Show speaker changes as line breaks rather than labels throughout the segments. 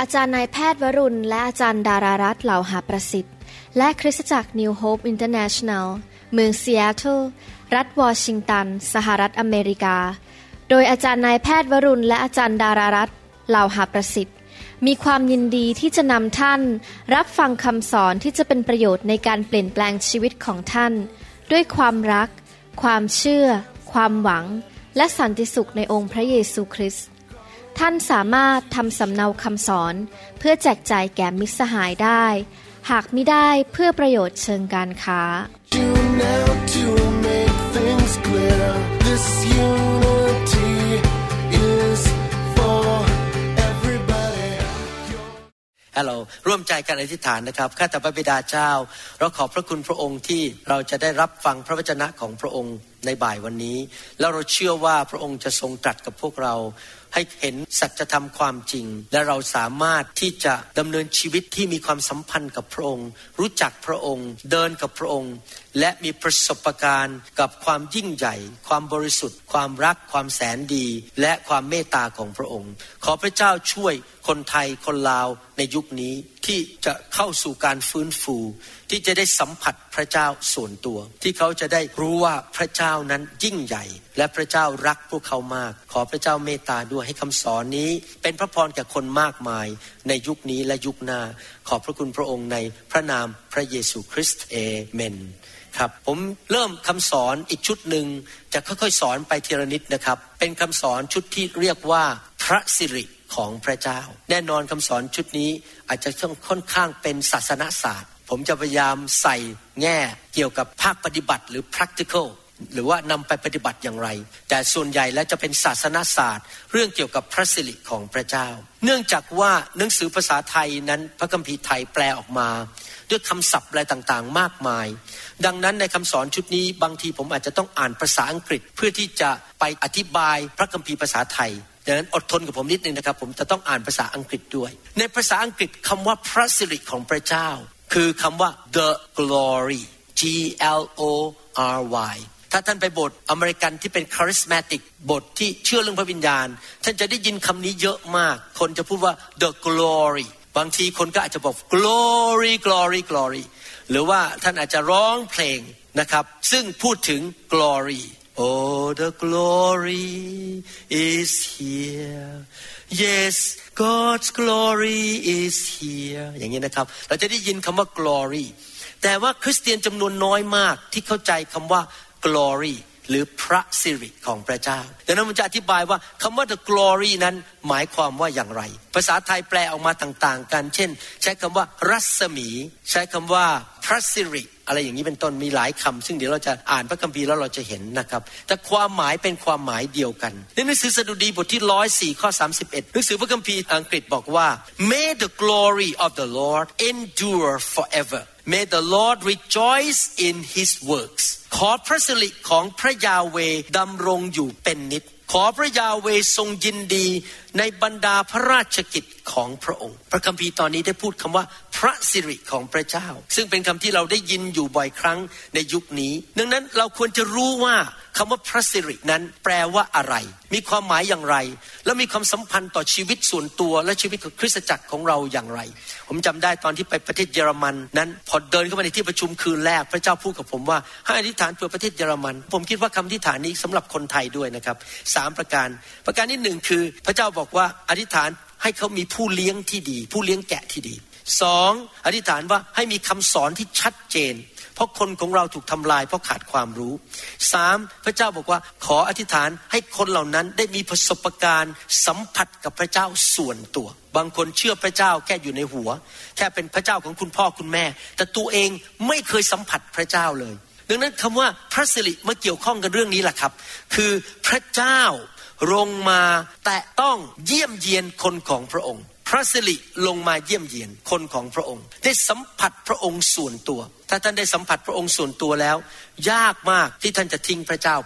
อาจารย์นายแพทย์วรุณและอาจารย์ดารารัตน์เหล่าหาประสิทธิ์และคริสตจักร New Hope International เมืองซีแอตเทิลรัฐวอชิงตันสหรัฐอเมริกาโดยอาจารย์นายแพทย์วรุณและอาจารย์ดารารัตน์เหล่าหาประสิทธิ์มีความยินดีที่จะนำท่านรับฟังคำสอนที่จะเป็นประโยชน์ในการเปลี่ยนแปลงชีวิตของท่านด้วยความรักความเชื่อความหวังและสันติสุขในองค์พระเยซูคริสต์ท่านสามารถทำสำเนาคำสอนเพื่อแจกจ่ายแก่มิตรสหายได้หากมิได้เพื่อประโยชน์เชิงการค้า
ฮัลโหลร่วมใจกันอธิษฐานนะครับข้าแต่พระบิดาเจ้าเราขอบพระคุณพระองค์ที่เราจะได้รับฟังพระวจนะของพระองค์ในบ่ายวันนี้แล้วเราเชื่อว่าพระองค์จะทรงตรัสกับพวกเราให้เห็นสัจธรรมความจริงและเราสามารถที่จะดำเนินชีวิตที่มีความสัมพันธ์กับพระองค์รู้จักพระองค์เดินกับพระองค์และมีประสบการณ์กับความยิ่งใหญ่ความบริสุทธิ์ความรักความแสนดีและความเมตตาของพระองค์ขอพระเจ้าช่วยคนไทยคนลาวในยุคนี้ที่จะเข้าสู่การฟื้นฟูที่จะได้สัมผัสพระเจ้าส่วนตัวที่เขาจะได้รู้ว่าพระเจ้านั้นยิ่งใหญ่และพระเจ้ารักพวกเขามากขอพระเจ้าเมตตาด้วยให้คำสอนนี้เป็นพระพรแก่คนมากมายในยุคนี้และยุคหน้าขอบพระคุณพระองค์ในพระนามพระเยซูคริสต์เอเมนครับผมเริ่มคำสอนอีกชุดหนึ่งจะค่อยๆสอนไปทีละนิดนะครับเป็นคำสอนชุดที่เรียกว่าพระสิริของพระเจ้าแน่นอนคำสอนชุดนี้อาจจะค่อนข้างเป็นศาสนศาสตร์ผมจะพยายามใส่แง่เกี่ยวกับภาคปฏิบัติหรือ practical หรือว่านำไปปฏิบัติอย่างไรแต่ส่วนใหญ่แล้วจะเป็นศาสนศาสตร์เรื่องเกี่ยวกับพระสิริของพระเจ้าเนื่องจากว่าหนังสือภาษาไทยนั้นพระคัมภีร์ไทยแปลออกมาด้วยคำศัพท์อะไรต่างๆมากมายดังนั้นในคำสอนชุดนี้บางทีผมอาจจะต้องอ่านภาษาอังกฤษเพื่อที่จะไปอธิบายพระคัมภีร์ภาษาไทยดังนั้นอดทนกับผมนิดนึงนะครับผมจะต้องอ่านภาษาอังกฤษด้วยในภาษาอังกฤษคำว่าพระสิริของพระเจ้าคือคำว่า the glory G L O R Y ถ้าท่านไปโบสถ์อเมริกันที่เป็น charismatic โบสถ์ที่เชื่อเรื่องพระวิญญาณท่านจะได้ยินคำนี้เยอะมากคนจะพูดว่า the glory บางทีคนก็อาจจะบอก glory glory glory หรือว่าท่านอาจจะร้องเพลงนะครับซึ่งพูดถึง glory Oh the glory is here Yes God's glory is here อย่างนี้นะครับเราจะได้ยินคำว่า glory แต่ว่าคริสเตียนจำนวนน้อยมากที่เข้าใจคำว่า glory หรือพระสิริของพระเจ้าดังนั้นผมจะอธิบายว่าคำว่า the glory นั้นหมายความว่าอย่างไรภาษาไทยแปลออกมาต่างๆกันเช่นใช้คำว่ารัศมีใช้คำว่าพระสิริอะไรอย่างนี้เป็นต้นมีหลายคำซึ่งเดี๋ยวเราจะอ่านพระคัมภีร์แล้วเราจะเห็นนะครับแต่ความหมายเป็นความหมายเดียวกันในหนังสือสดุดีบทที่104ข้อ31หนังสือพระคัมภีร์อังกฤษบอกว่า May the glory of the Lord endure forever May the Lord rejoice in His works ขอพระสิริของพระยาเวห์ดำรงอยู่เป็นนิจขอพระยาเวห์ทรงยินดีในบรรดาพระราชกิจของพระองค์พระคัมภีร์ตอนนี้ได้พูดคำว่าพระสิริของพระเจ้าซึ่งเป็นคำที่เราได้ยินอยู่บ่อยครั้งในยุคนี้ดังนั้นเราควรจะรู้ว่าคำว่าพระสิรินั้นแปลว่าอะไรมีความหมายอย่างไรและมีความสัมพันธ์ต่อชีวิตส่วนตัวและชีวิตของคริสตจักรของเราอย่างไรผมจำได้ตอนที่ไปประเทศเยอรมันนั้นพอเดินเข้ามาในที่ประชุมคืนแรกพระเจ้าพูดกับผมว่าให้อธิษฐานเพื่อประเทศเยอรมันผมคิดว่าคำอธิษฐานนี้สำหรับคนไทยด้วยนะครับ3ประการที่1คือพระเจ้าบอกว่าอธิษฐานให้เขามีผู้เลี้ยงที่ดีผู้เลี้ยงแกะที่ดี2อธิษฐานว่าให้มีคำสอนที่ชัดเจนเพราะคนของเราถูกทำลายเพราะขาดความรู้3พระเจ้าบอกว่าขออธิษฐานให้คนเหล่านั้นได้มีประสบการณ์สัมผัสกับพระเจ้าส่วนตัวบางคนเชื่อพระเจ้าแค่อยู่ในหัวแค่เป็นพระเจ้าของคุณพ่อคุณแม่แต่ตัวเองไม่เคยสัมผัสพระเจ้าเลยดังนั้นคำว่าพระสิริมาเกี่ยวข้องกันเรื่องนี้แหละครับคือพระเจ้าลงมาแต่ต้องเยี่ยมเยียนคนของพระองค์พระสิริลงมาเยี่ยมเยียนคนของพระองค์ได้สัมผัสพระองค์ส่วนตัวถ้าท่านได้สัมผัสพระองค์ส่วนตัวแล้วยากมากที่ท่านจะทิ้งพระเจ้าไปผ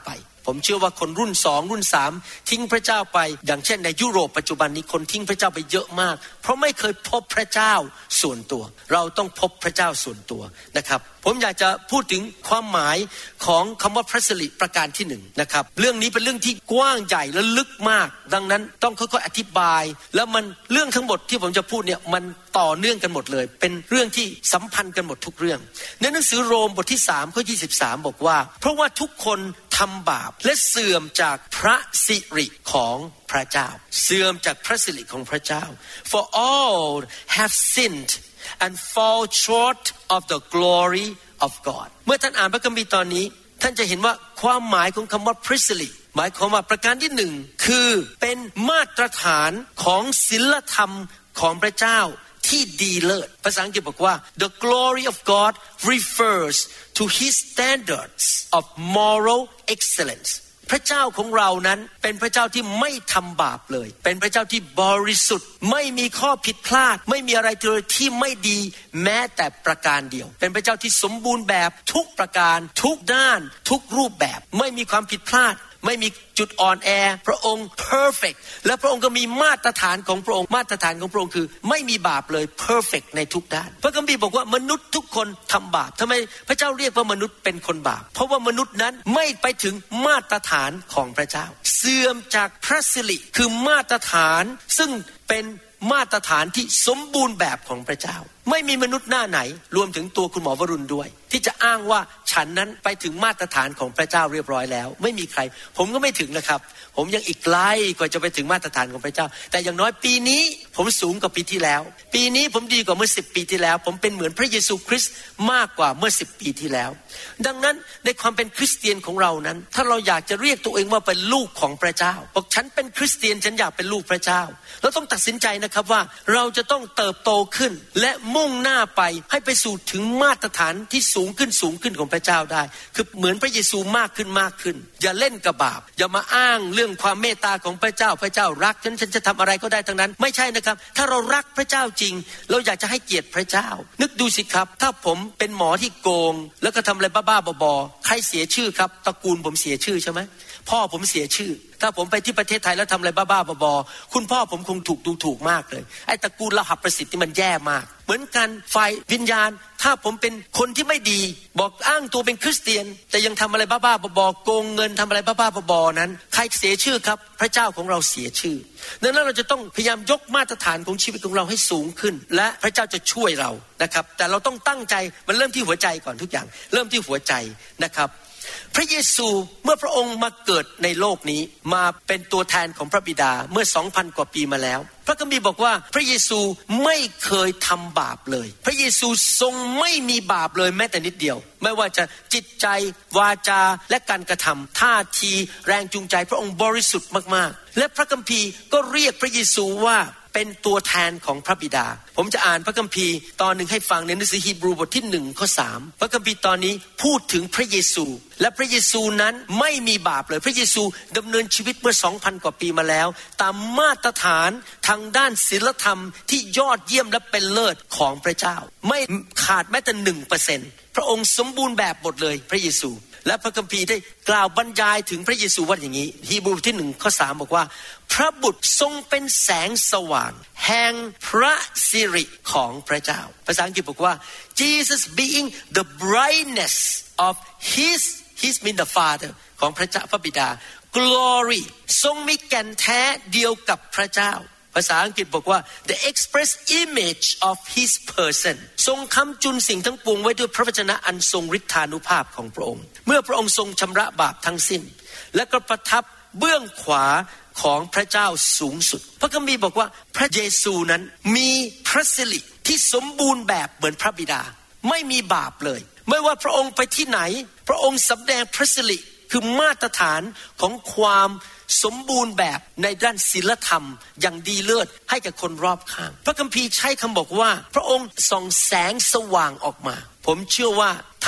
ผมเชื่อว่าคนรุ่น2รุ่น3ทิ้งพระเจ้าไปอย่างเช่นในยุโรปปัจจุบันนี้คนทิ้งพระเจ้าไปเยอะมากเพราะไม่เคยพบพระเจ้าส่วนตัวเราต้องพบพระเจ้าส่วนตัวนะครับผมอยากจะพูดถึงความหมายของคำว่าพระสิริประการที่1นะครับเรื่องนี้เป็นเรื่องที่กว้างใหญ่และลึกมากดังนั้นต้องค่อยๆอธิบายแล้วมันเรื่องทั้งหมดที่ผมจะพูดเนี่ยมันต่อเนื่องกันหมดเลยเป็นเรื่องที่สัมพันธ์กันหมดทุกเรื่องในหนังสือโรมบทที่3ข้อ23บอกว่าเพราะว่าทุกคนทำบาปและเสื่อมจากพระสิริของพระเจ้าเสื่อมจากพระสิริของพระเจ้า for all have sinned and fall short of the glory of God เมื่อท่านอ่านพระคัมภีร์ตอนนี้ท่านจะเห็นว่าความหมายของคำว่าพระสิริหมายความว่าประการที่1คือเป็นมาตรฐานของศีลธรรมของพระเจ้าที่ดีเลิศภาษาอังกฤษบอกว่า the glory of God refers to his standards of moral excellence พระเจ้าของเรานั้นเป็นพระเจ้าที่ไม่ทำบาปเลยเป็นพระเจ้าที่บริสุทธิ์ไม่มีข้อผิดพลาดไม่มีอะไรเลยที่ไม่ดีแม้แต่ประการเดียวเป็นพระเจ้าที่สมบูรณ์แบบทุกประการทุกด้านทุกรูปแบบไม่มีความผิดพลาดไม่มีจุดอ่อนแอพระองค์ perfect และพระองค์ก็มีมาตรฐานของพระองค์มาตรฐานของพระองค์คือไม่มีบาปเลย perfect ในทุกด้านพระคัมภีร์บอกว่ามนุษย์ทุกคนทำบาปทำไมพระเจ้าเรียกว่ามนุษย์เป็นคนบาปเพราะว่ามนุษย์นั้นไม่ไปถึงมาตรฐานของพระเจ้าเสื่อมจากพระสิริคือมาตรฐานซึ่งเป็นมาตรฐานที่สมบูรณ์แบบของพระเจ้าไม่มีมนุษย์หน้าไหนรวมถึงตัวคุณหมอวรุณด้วยที่จะอ้างว่าฉันนั้นไปถึงมาตรฐานของพระเจ้าเรียบร้อยแล้วไม่มีใครผมก็ไม่ถึงนะครับผมยังอีกไกลกว่าจะไปถึงมาตรฐานของพระเจ้าแต่อย่างน้อยปีนี้ผมสูงกว่าปีที่แล้วปีนี้ผมดีกว่าเมื่อ10 ปีที่แล้วผมเป็นเหมือนพระเยซูคริสต์มากกว่าเมื่อ10 ปีที่แล้วดังนั้นในความเป็นคริสเตียนของเรานั้นถ้าเราอยากจะเรียกตัวเองว่าเป็นลูกของพระเจ้าบอกฉันเป็นคริสเตียนฉันอยากเป็นลูกพระเจ้าเราต้องตัดสินใจนะครับว่าเราจะต้องเติบโตขึ้นและมุ่งหน้าไปให้ไปสู่ถึงมาตรฐานที่สูงขึ้นของพระเจ้าได้คือเหมือนพระเยซูมากขึ้นอย่าเล่นกับบาปอย่ามาอ้างเรื่องความเมตตาของพระเจ้าพระเจ้ารักฉันจะทำอะไรก็ได้ทั้งนั้นไม่ใช่นะครับถ้าเรารักพระเจ้าจริงเราอยากจะให้เกียรติพระเจ้านึกดูสิครับถ้าผมเป็นหมอที่โกงแล้วก็ทำอะไรบ้าๆบอๆใครเสียชื่อครับตระกูลผมเสียชื่อใช่ไหมพ่อผมเสียชื่อถ้าผมไปที่ประเทศไทยแล้วทำอะไรบ้าๆบอๆคุณพ่อผมคงถูกมากเลยไอ้ตระกูลลหับประสิทธิ์ที่มันแย่มากเหมือนกันฝ่ายวิญญาณถ้าผมเป็นคนที่ไม่ดีบอกอ้างตัวเป็นคริสเตียนแต่ยังทำอะไรบ้าๆบอๆโกงเงินทำอะไรบ้าๆบอๆนั้นใครเสียชื่อครับพระเจ้าของเราเสียชื่อดังนั้นเราจะต้องพยายามยกมาตรฐานของชีวิตของเราให้สูงขึ้นและพระเจ้าจะช่วยเรานะครับแต่เราต้องตั้งใจมันเริ่มที่หัวใจก่อนทุกอย่างเริ่มที่หัวใจนะครับพระเยซูเมื่อพระองค์มาเกิดในโลกนี้มาเป็นตัวแทนของพระบิดาเมื่อ 2,000 กว่าปีมาแล้วพระคัมภีร์บอกว่าพระเยซูไม่เคยทำบาปเลยพระเยซูทรงไม่มีบาปเลยแม้แต่นิดเดียวไม่ว่าจะจิตใจวาจาและการกระทำท่าทีแรงจูงใจพระองค์บริสุทธิ์มากๆและพระคัมภีร์ก็เรียกพระเยซูว่าเป็นตัวแทนของพระบิดาผมจะอ่านพระคัมภีร์ตอนหนึ่งให้ฟังในหนังสือฮีบรูบทที่1ข้อ3พระคัมภีร์ตอนนี้พูดถึงพระเยซูและพระเยซูนั้นไม่มีบาปเลยพระเยซูดำเนินชีวิตเมื่อ 2,000 กว่าปีมาแล้วตามมาตรฐานทางด้านศีลธรรมที่ยอดเยี่ยมและเป็นเลิศของพระเจ้าไม่ขาดแม้แต่ 1% พระองค์สมบูรณ์แบบหมดเลยพระเยซูและพระคัมภีร์ได้กล่าวบรรยายถึงพระเยซูว่าอย่างนี้ฮีบรูที่1ข้อ3บอกว่าพระบุตรทรงเป็นแสงสว่างแห่งพระสิริของพระเจ้าภาษาอังกฤษบอกว่า Jesus being the brightness of his mean the Father ของพระเจ้าพระบิดา glory ทรงมีแก่นแท้เดียวกับพระเจ้าภาษาอังกฤษบอกว่า the express image of his person ทรงค้ำจุนสิ่งทั้งปวงไว้ด้วยพระวจนะอันทรงฤทธานุภาพของพระองค์เมื่อพระองค์ทรงชำระบาปทั้งสิ้นและก็ประทับเบื้องขวาของพระเจ้าสูงสุดพระคัมภีร์บอกว่าพระเยซูนั้นมีพระสิริที่สมบูรณ์แบบเหมือนพระบิดาไม่มีบาปเลยไม่ว่าพระองค์ไปที่ไหนพระองค์สำแดงพระสิริคือมาตรฐานของความสมบูรณ์แบบในด้านศีลธรรมอย่างดีเลิศให้กับคนรอบข้างพระคัมภีร์ใช้คำบอกว่าพระองค์ส่องแสงสว่างออกมาผมเชื่อว่าถ้า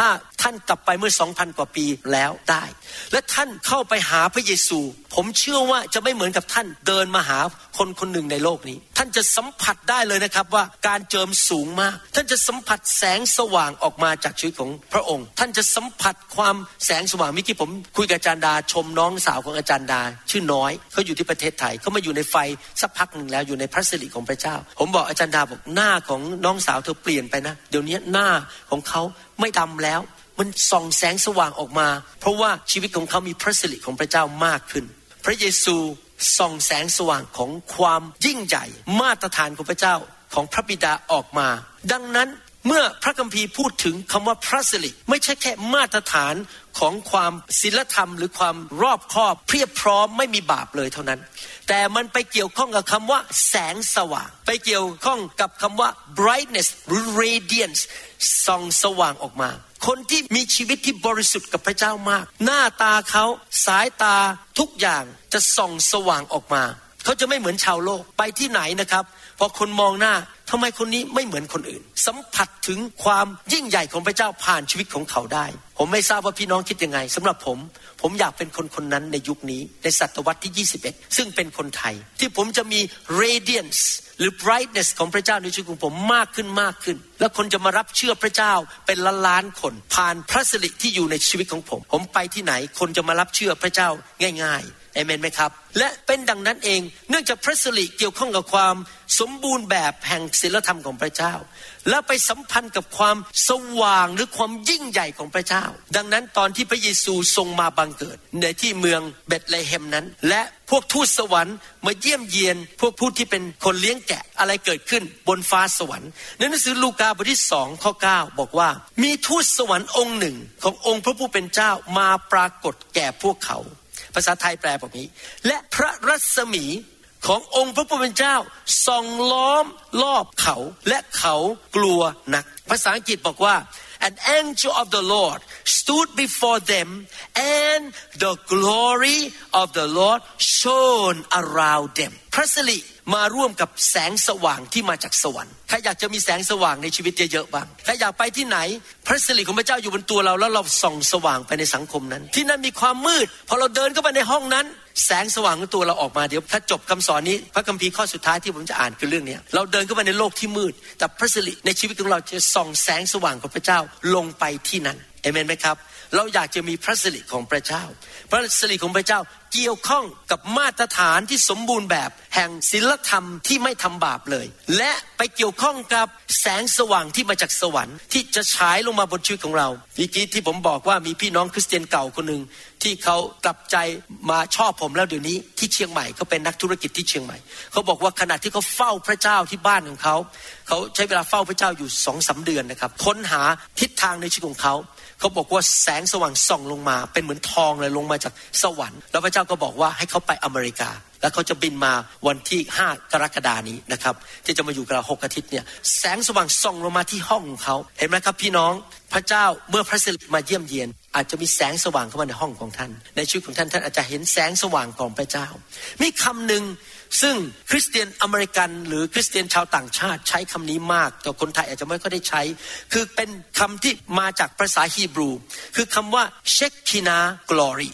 ถ้าท่านกลับไปเมื่อ 2,000 กว่าปีแล้วได้และท่านเข้าไปหาพระเยซูผมเชื่อว่าจะไม่เหมือนกับท่านเดินมาหาคนคนหนึ่งในโลกนี้ท่านจะสัมผัสได้เลยนะครับว่าการเจิมสูงมากท่านจะสัมผัสแสงสว่างออกมาจากชีวิตของพระองค์ท่านจะสัมผัสความแสงสว่างเมื่อกี้ผมคุยกับอาจารย์ดาชมน้องสาวของอาจารย์ดาชื่อน้อยเขาอยู่ที่ประเทศไทยเขามาอยู่ในไฟสักพักหนึ่งแล้วอยู่ในพระสิริของพระเจ้าผมบอกอาจารย์ดาบอกหน้าของน้องสาวเธอเปลี่ยนไปนะเดี๋ยวนี้หน้าของเขาไม่ดำแล้วมันส่องแสงสว่างออกมาเพราะว่าชีวิตของเขามีพระสิริของพระเจ้ามากขึ้นพระเยซูส่องแสงสว่างของความยิ่งใหญ่มาตรฐานของพระเจ้าของพระบิดาออกมาดังนั้นเมื่อพระคัมภีร์พูดถึงคำว่าพระสิริไม่ใช่แค่มาตรฐานของความศีลธรรมหรือความรอบคอบเพียบพร้อมไม่มีบาปเลยเท่านั้นแต่มันไปเกี่ยวข้องกับคำว่าแสงสว่างไปเกี่ยวข้องกับคำว่า brightness หรือ radiance ส่องสว่างออกมาคนที่มีชีวิตที่บริสุทธิ์กับพระเจ้ามากหน้าตาเขาสายตาทุกอย่างจะส่องสว่างออกมาเขาจะไม่เหมือนชาวโลกไปที่ไหนนะครับพอคนมองหน้าทำไมคนนี้ไม่เหมือนคนอื่นสัมผัสถึงความยิ่งใหญ่ของพระเจ้าผ่านชีวิตของเขาได้ผมไม่ทราบว่าพี่น้องคิดยังไงสำหรับผมอยากเป็นคนนั้นในยุคนี้ในศตวรรษที่21ซึ่งเป็นคนไทยที่ผมจะมี radiance หรือ brightness ของพระเจ้าในชีวิตของผมมากขึ้นและคนจะมารับเชื่อพระเจ้าเป็นล้านคนผ่านพระสิริที่อยู่ในชีวิตของผมไปที่ไหนคนจะมารับเชื่อพระเจ้าง่ายๆเอเมนไหมครับและเป็นดังนั้นเองเนื่องจากพระสิริเกี่ยวข้องกับความสมบูรณ์แบบแห่งศีลธรรมของพระเจ้าและไปสัมพันธ์กับความสว่างหรือความยิ่งใหญ่ของพระเจ้าดังนั้นตอนที่พระเยซูทรงมาบังเกิดในที่เมืองเบธเลเฮมนั้นและพวกทูตสวรรค์มาเยี่ยมเยียนพวกผู้ที่เป็นคนเลี้ยงแกะอะไรเกิดขึ้นบนฟ้าสวรรค์ในหนังสือลูกาบทที่2ข้อ9บอกว่ามีทูตสวรรค์องค์หนึ่งขององค์พระผู้เป็นเจ้ามาปรากฏแก่พวกเขาภาษาไทยแปลแบบนี้และพระรัศมีขององค์พระผู้เป็นเจ้าส่องล้อมรอบเขาและเขากลัวนักภาษาอังกฤษบอกว่า An angel of the Lord stood before them and the glory of the Lord shone around them พระสิริมาร่วมกับแสงสว่างที่มาจากสวรรค์ใครอยากจะมีแสงสว่างในชีวิตเยอะๆบ้างใครอยากไปที่ไหนพระสิริของพระเจ้าอยู่บนตัวเราแล้วเราส่องสว่างไปในสังคมนั้นที่นั่นมีความมืดพอเราเดินเข้าไปในห้องนั้นแสงสว่างของตัวเราออกมาเดี๋ยวถ้าจบคำสอนนี้พระคัมภีร์ข้อสุดท้ายที่ผมจะอ่านคือเรื่องนี้เราเดินเข้าไปในโลกที่มืดแต่พระสิริในชีวิตของเราจะส่องแสงสว่างของพระเจ้าลงไปที่นั้นเอเมนไหมครับเราอยากจะมีพระสิริของพระเจ้าพระสิริของพระเจ้าเกี่ยวข้องกับมาตรฐานที่สมบูรณ์แบบแห่งศีลธรรมที่ไม่ทำบาปเลยและไปเกี่ยวข้องกับแสงสว่างที่มาจากสวรรค์ที่จะฉายลงมาบนชีวิตของเราเมื่อกี้ที่ผมบอกว่ามีพี่น้องคริสเตียนเก่าคนนึงที่เขากลับใจมาชอบผมแล้วเดี๋ยวนี้ที่เชียงใหม่เขาเป็นนักธุรกิจที่เชียงใหม่เขาบอกว่าขณะที่เขาเฝ้าพระเจ้าที่บ้านของเขาใช้เวลาเฝ้าพระเจ้าอยู่ 2-3 เดือนนะครับค้นหาทิศทางในชีวิตของเขาบอกว่าแสงสว่างส่องลงมาเป็นเหมือนทองเลยลงมาจากสวรรค์แล้วพระเจ้าก็บอกว่าให้เขาไปอเมริกาแล้วเขาจะบินมาวันที่5 กรกฎาคมนี้นะครับที่จะมาอยู่กับเรา6 อาทิตย์เนี่ยแสงสว่างส่องลงมาที่ห้องของเขาเห็นไหมครับพี่น้องพระเจ้าเมื่อพระสิริมาเยี่ยมเยียนอาจจะมีแสงสว่างเข้ามาในห้องของท่านในชีวิตของท่านอาจจะเห็นแสงสว่างของพระเจ้ามีคำหนึ่งซึ่งคริสเตียนอเมริกันหรือคริสเตียนชาวต่างชาติใช้คำนี้มากแต่คนไทยอาจจะไม่ค่อยได้ใช้คือเป็นคำที่มาจากภาษาฮีบรูคือคำว่า Shekinah Glory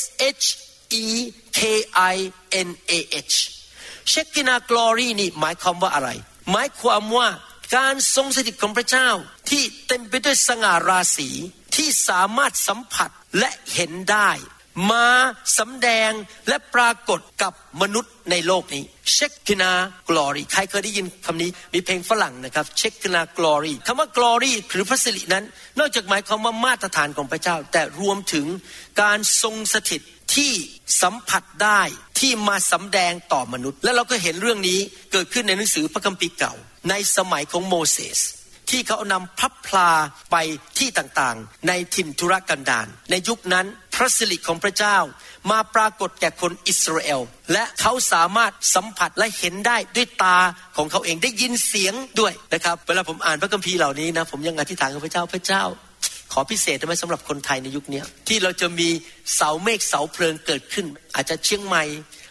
SHEKINAH Shekinah Glory นี่หมายความว่าอะไรหมายความว่าการทรงสถิตของพระเจ้าที่เต็มไปด้วยสง่าราศีที่สามารถสัมผัสและเห็นได้มาสำแดงและปรากฏกับมนุษย์ในโลกนี้ Shekinah Glory ใครเคยได้ยินคำนี้มีเพลงฝรั่งนะครับ Shekinah Glory คำว่า Glory หรือพระสิรินั้นนอกจากหมายความว่ามาตรฐานของพระเจ้าแต่รวมถึงการทรงสถิตที่สัมผัสได้ที่มาสำแดงต่อมนุษย์และเราก็เห็นเรื่องนี้เกิดขึ้นในหนังสือพระคัมภีร์เก่าในสมัยของโมเสสที่เขานำพระพลาไปที่ต่างๆในถิ่นทุรกันดารในยุคนั้นพระสิริของพระเจ้ามาปรากฏแก่คนอิสราเอลและเขาสามารถสัมผัสและเห็นได้ด้วยตาของเขาเองได้ยินเสียงด้วยนะครับเวลาผมอ่านพระคัมภีร์เหล่านี้นะผมยังอธิษฐานกับพระเจ้าขอพิเศษได้ไหมสำหรับคนไทยในยุคนี้ที่เราจะมีเสาเมฆเสาเพลิงเกิดขึ้นอาจจะเชียงใหม่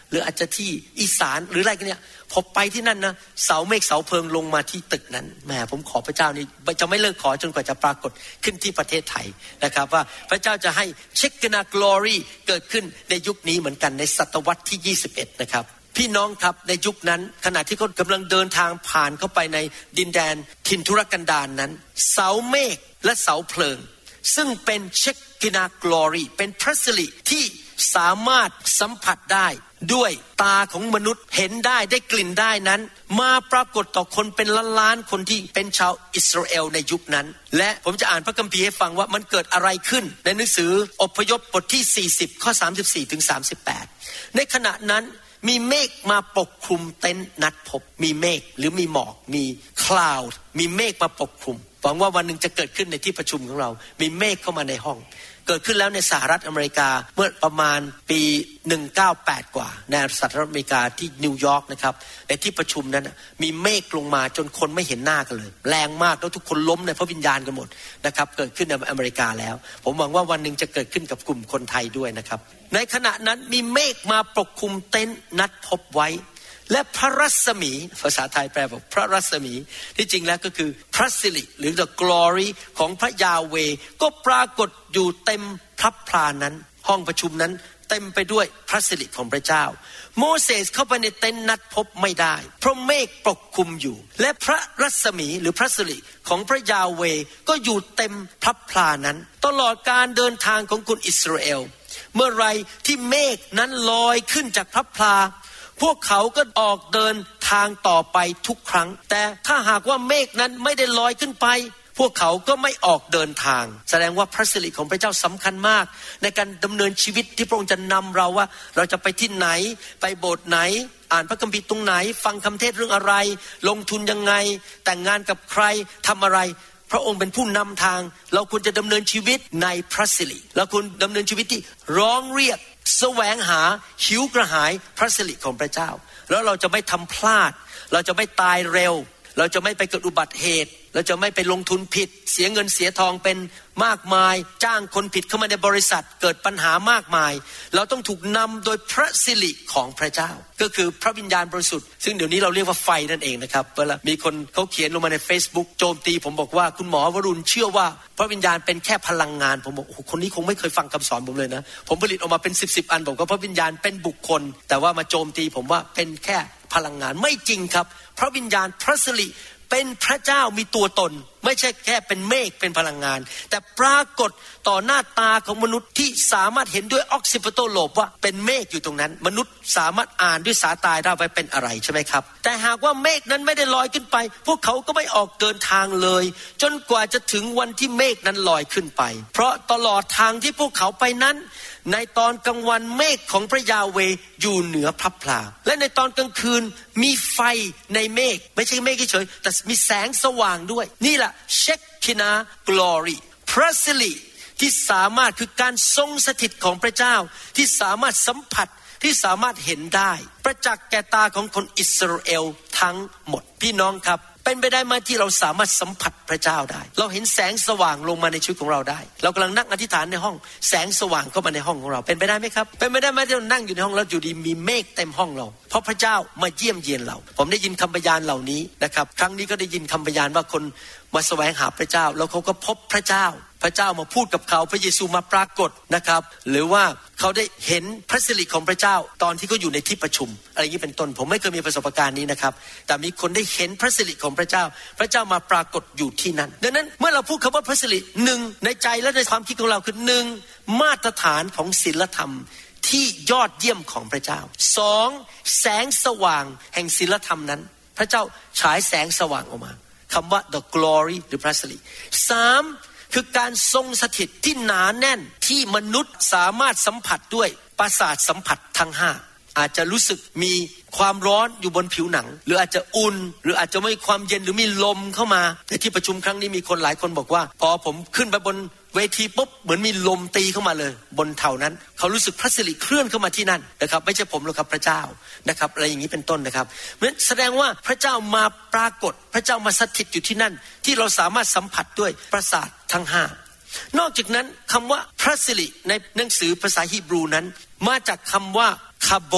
หรืออาจจะที่อีสานหรืออะไรกันเนี่ยพอไปที่นั่นนะเสาเมฆเสาเพลิงลงมาที่ตึกนั้นแหมผมขอพระเจ้านี่จะไม่เลิกขอจนกว่าจะปรากฏขึ้นที่ประเทศไทยนะครับว่าพระเจ้าจะให้เชคนา glory เกิดขึ้นในยุคนี้เหมือนกันในศตวรรษที่21นะครับพี่น้องครับในยุคนั้นขณะที่เขากำลังเดินทางผ่านเข้าไปในดินแดนถิ่นทุรกันดาร นั้นเสาเมฆและเสาเพลิงซึ่งเป็นเชคนา glory เป็นพระสิริที่สามารถสัมผัสได้ด้วยตาของมนุษย์เห็นได้กลิ่นได้นั้นมาปรากฏต่อคนเป็นล้านๆคนที่เป็นชาวอิสราเอลในยุคนั้นและผมจะอ่านพระคัมภีร์ให้ฟังว่ามันเกิดอะไรขึ้นในหนังสืออพยพบทที่40ข้อ34ถึง38ในขณะนั้นมีเมฆมาปกคลุมเต็นท์นัดพบมีเมฆหรือมีหมอกมีคลาวด์มีเมฆมาปกคลุมหวังว่าวันนึงจะเกิดขึ้นในที่ประชุมของเรามีเมฆเข้ามาในห้องเกิดขึ้นแล้วในสหรัฐอเมริกาเมื่อประมาณปี198กว่าในสหรัฐอเมริกาที่นิวยอร์กนะครับในที่ประชุมนั้นมีเมฆลงมาจนคนไม่เห็นหน้ากันเลยแรงมากแล้วทุกคนล้มในพระวิญญาณกันหมดนะครับเกิดขึ้นในอเมริกาแล้วผมหวังว่าวันนึงจะเกิดขึ้นกับกลุ่มคนไทยด้วยนะครับในขณะนั้นมีเมฆมาปกคลุมเต็นท์นัดพบไว้และพระรัศมีภาษาไทยแปลบอกพระรัศมีที่จริงแล้วก็คือพระสิริหรือ the glory ของพระยาเวห์ก็ปรากฏอยู่เต็มพระพลานั้นห้องประชุมนั้นเต็มไปด้วยพระสิริของพระเจ้าโมเสสเข้าไปในเต็นท์นัดพบไม่ได้เพราะเมฆปกคลุมอยู่และพระรัศมีหรือพระสิริของพระยาเวห์ก็อยู่เต็มพระพลานั้นตลอดการเดินทางของคนอิสราเอลเมื่อไรที่เมฆนั้นลอยขึ้นจากพระพลาพวกเขาก็ออกเดินทางต่อไปทุกครั้งแต่ถ้าหากว่าเมฆนั้นไม่ได้ลอยขึ้นไปพวกเขาก็ไม่ออกเดินทางแสดงว่าพระสิริของพระเจ้าสำคัญมากในการดำเนินชีวิตที่พระองค์จะนำเราว่าเราจะไปที่ไหนไปโบสถ์ไหนอ่านพระคัมภีร์ตรงไหนฟังคำเทศน์เรื่องอะไรลงทุนยังไงแต่งงานกับใครทำอะไรพระองค์เป็นผู้นำทางเราควรจะดำเนินชีวิตในพระสิริเราควรดำเนินชีวิตที่ร้องเรียกแสวงหาหิวกระหายพระสิริของพระเจ้าแล้วเราจะไม่ทำพลาดเราจะไม่ตายเร็วเราจะไม่ไปเกิดอุบัติเหตุเราจะไม่ไปลงทุนผิดเสียเงินเสียทองเป็นมากมายจ้างคนผิดเข้ามาในบริษัทเกิดปัญหามากมายเราต้องถูกนำโดยพระสิริของพระเจ้าก็คือพระวิญญาณบริสุทธิ์ซึ่งเดี๋ยวนี้เราเรียกว่าไฟนั่นเองนะครับเวลามีคนเขาเขียนลงมาใน Facebook โจมตีผมบอกว่าคุณหมอวรุณเชื่อว่าพระวิญญาณเป็นแค่พลังงานผมบอกโอ้คนนี้คงไม่เคยฟังคำสอนผมเลยนะผมผลิตออกมาเป็น10อันบอกว่าพระวิญญาณเป็นบุคคลแต่ว่ามาโจมตีผมว่าเป็นแค่พลังงานไม่จริงครับพระวิญญาณพระสิริเป็นพระเจ้ามีตัวตนไม่ใช่แค่เป็นเมฆเป็นพลังงานแต่ปรากฏต่อหน้าตาของมนุษย์ที่สามารถเห็นด้วยออกซิปิโตโลบว่าเป็นเมฆอยู่ตรงนั้นมนุษย์สามารถอ่านด้วยสายตาได้ว่าเป็นอะไรใช่ไหมครับแต่หากว่าเมฆนั้นไม่ได้ลอยขึ้นไปพวกเขาก็ไม่ออกเดินทางเลยจนกว่าจะถึงวันที่เมฆนั้นลอยขึ้นไปเพราะตลอดทางที่พวกเขาไปนั้นในตอนกลางวันเมฆของพระยาเวห์อยู่เหนือพระพลาและในตอนกลางคืนมีไฟในเมฆไม่ใช่เมฆเฉยๆแต่มีแสงสว่างด้วยนี่แหละเชคินา glory พระสิริที่สามารถคือการทรงสถิตของพระเจ้าที่สามารถสัมผัสที่สามารถเห็นได้ประจักษ์แก่ตาของคนอิสราเอลทั้งหมดพี่น้องครับเป็นไปได้ไหมที่เราสามารถสัมผัสพระเจ้าได้เราเห็นแสงสว่างลงมาในชีวิตของเราได้เรากำลังนั่งอธิษฐานในห้องแสงสว่างเข้ามาในห้องของเราเป็นไปได้ไหมครับเป็นไปได้ไหมที่เรานั่งอยู่ในห้องแล้วอยู่ดีมีเมฆเต็มห้องเราเพราะพระเจ้ามาเยี่ยมเยียนเราผมได้ยินคำพยานเหล่านี้นะครับครั้งนี้ก็ได้ยินคำพยานว่าคนมาแสวงหาพระเจ้าแล้วเขาก็พบพระเจ้าพระเจ้ามาพูดกับเขาพระเยซูมาปรากฏนะครับหรือว่าเขาได้เห็นพระสิริของพระเจ้าตอนที่เขาอยู่ในที่ประชุมอะไรอย่างนี้เป็นต้นผมไม่เคยมีประสบการณ์นี้นะครับแต่มีคนได้เห็นพระสิริของพระเจ้าพระเจ้ามาปรากฏอยู่ที่นั่นดังนั้นเมื่อเราพูดคำว่าพระสิริหนึ่งในใจและในความคิดของเราคือหนึ่งมาตรฐานของศีลธรรมที่ยอดเยี่ยมของพระเจ้าสองแสงสว่างแห่งศีลธรรมนั้นพระเจ้าฉายแสงสว่างออกมาคำว่า the glory หรือพระสิริสามคือการทรงสถิตที่หนาแน่นที่มนุษย์สามารถสัมผัสด้วยประสาทสัมผัสทั้งห้าอาจจะรู้สึกมีความร้อนอยู่บนผิวหนังหรืออาจจะอุ่นหรืออาจจะไม่มีความเย็นหรือมีลมเข้ามาในที่ประชุมครั้งนี้มีคนหลายคนบอกว่าพอผมขึ้นไปบนเวทีปุ๊บเหมือนมีลมตีเข้ามาเลยบนเท่านั้นเขารู้สึกพระสิริเคลื่อนเข้ามาที่นั่นนะครับไม่ใช่ผมหรอกครับพระเจ้านะครับอะไรอย่างนี้เป็นต้นนะครับเพราะฉะนั้นแสดงว่าพระเจ้ามาปรากฏพระเจ้ามาสถิตอยู่ที่นั่นที่เราสามารถสัมผัสด้วยประสาททั้งห้านอกจากนั้นคำว่าพระสิริในหนังสือภาษาฮีบรูนั้นมาจากคำว่าคาโบต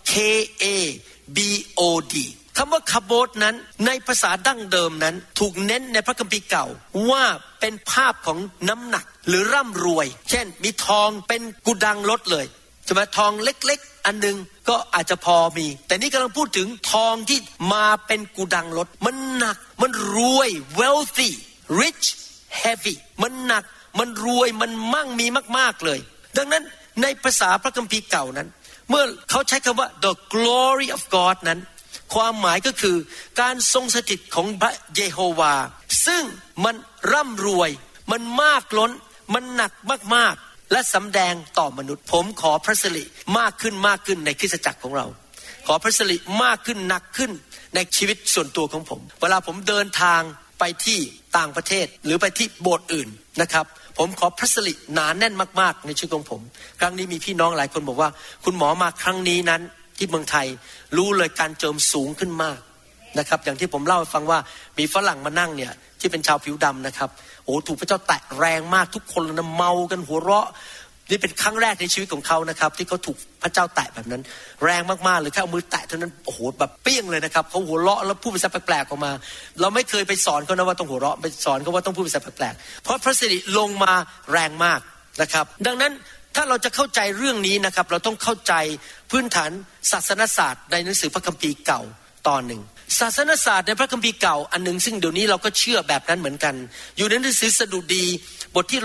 K-A-B-O-D คำว่าคาโบดนั้นในภาษาดั้งเดิมนั้นถูกเน้นในพระคัมภีร์เก่าว่าเป็นภาพของน้ำหนักหรือร่ำรวยเช่นมีทองเป็นกุดังรถเลยใช่ไหมทองเล็กๆอันนึงก็อาจจะพอมีแต่นี่กำลังพูดถึงทองที่มาเป็นกุดังรถมันหนักมันรวย wealthy rich heavy มันหนักมันรวยมันมั่งมีมากๆเลยดังนั้นในภาษาพระคัมภีร์เก่านั้นเมื่อเขาใช้คำว่า the glory of God นั้นความหมายก็คือการทรงสถิตของพระเยโฮวาซึ่งมันร่ำรวยมันมากล้นมันหนักมากๆและสำแดงต่อมนุษย์ผมขอพระสิริมากขึ้นในคริสตจักรของเราขอพระสิริมากขึ้นหนักขึ้นในชีวิตส่วนตัวของผมเวลาผมเดินทางไปที่ต่างประเทศหรือไปที่โบสถ์อื่นนะครับผมขอพระสิริหนาแน่นมากๆในชีวิตของผมครั้งนี้มีพี่น้องหลายคนบอกว่าคุณหมอมาครั้งนี้นั้นที่เมืองไทยรู้เลยการเจิมสูงขึ้นมากนะครับอย่างที่ผมเล่าให้ฟังว่ามีฝรั่งมานั่งเนี่ยที่เป็นชาวผิวดำนะครับโอ้ถูกพระเจ้าแตะแรงมากทุกคนนะเมากันหัวเราะนี่เป็นครั้งแรกในชีวิตของเขานะครับที่เขาถูกพระเจ้าแตะแบบนั้นแรงมากๆเลยแค่เอามือแตะเท่านั้นโอ้โหแบบเปี้ยงเลยนะครับเขาหัวเราะแล้วพูดภาษาแปลกๆออกมาเราไม่เคยไปสอนเขานะว่าต้องหัวเราะไปสอนเขาว่าต้องพูดภาษาแปลกๆเพราะพระสิริลงมาแรงมากนะครับดังนั้นถ้าเราจะเข้าใจเรื่องนี้นะครับเราต้องเข้าใจพื้นฐานศาสนศาสตร์ในหนังสือพระคัมภีร์เก่าตอนหนึ่งศาสนศาสตร์ในพระคัมภีร์เก่าอันหนึ่งซึ่งเดี๋ยวนี้เราก็เชื่อแบบนั้นเหมือนกันอยู่ในหนังสือสดุดีบทที่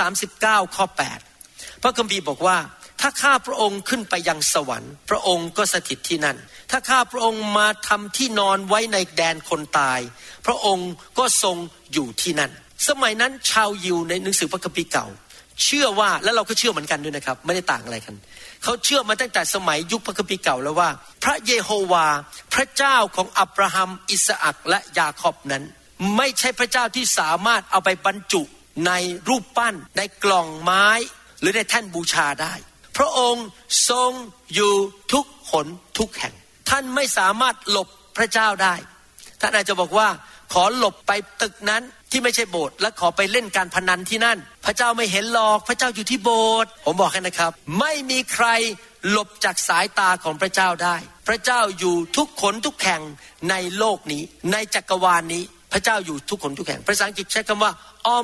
139ข้อ8พระคัมภีร์บอกว่าถ้าข้าพระองค์ขึ้นไปยังสวรรค์พระองค์ก็สถิตที่นั่นถ้าข้าพระองค์มาทำที่นอนไว้ในแดนคนตายพระองค์ก็ทรงอยู่ที่นั่นสมัยนั้นชาวยิวในหนังสือพระคัมภีร์เก่าเชื่อว่าและเราก็เชื่อเหมือนกันด้วยนะครับไม่ได้ต่างอะไรกันเขาเชื่อมาตั้งแต่สมัยยุคพระคัมภีร์เก่าแล้วว่าพระเยโฮวาพระเจ้าของอับราฮัมอิสอัคและยาคอบนั้นไม่ใช่พระเจ้าที่สามารถเอาไปบรรจุในรูปปั้นในกล่องไม้หรือในแท่นบูชาได้พระองค์ทรงอยู่ทุกหนทุกแห่งท่านไม่สามารถหลบพระเจ้าได้ท่านอาจจะบอกว่าขอหลบไปตึกนั้นที่ไม่ใช่โบสถ์และขอไปเล่นการพนันที่นั่นพระเจ้าไม่เห็นหรอกพระเจ้าอยู่ที่โบสถ์ผมบอกให้นะครับไม่มีใครหลบจากสายตาของพระเจ้าได้พระเจ้าอยู่ทุกขนทุกแห่งในโลกนี้ในจักรวาลนี้พระเจ้าอยู่ทุกขนทุกแห่งภาษาอังกฤษใช้คำว่า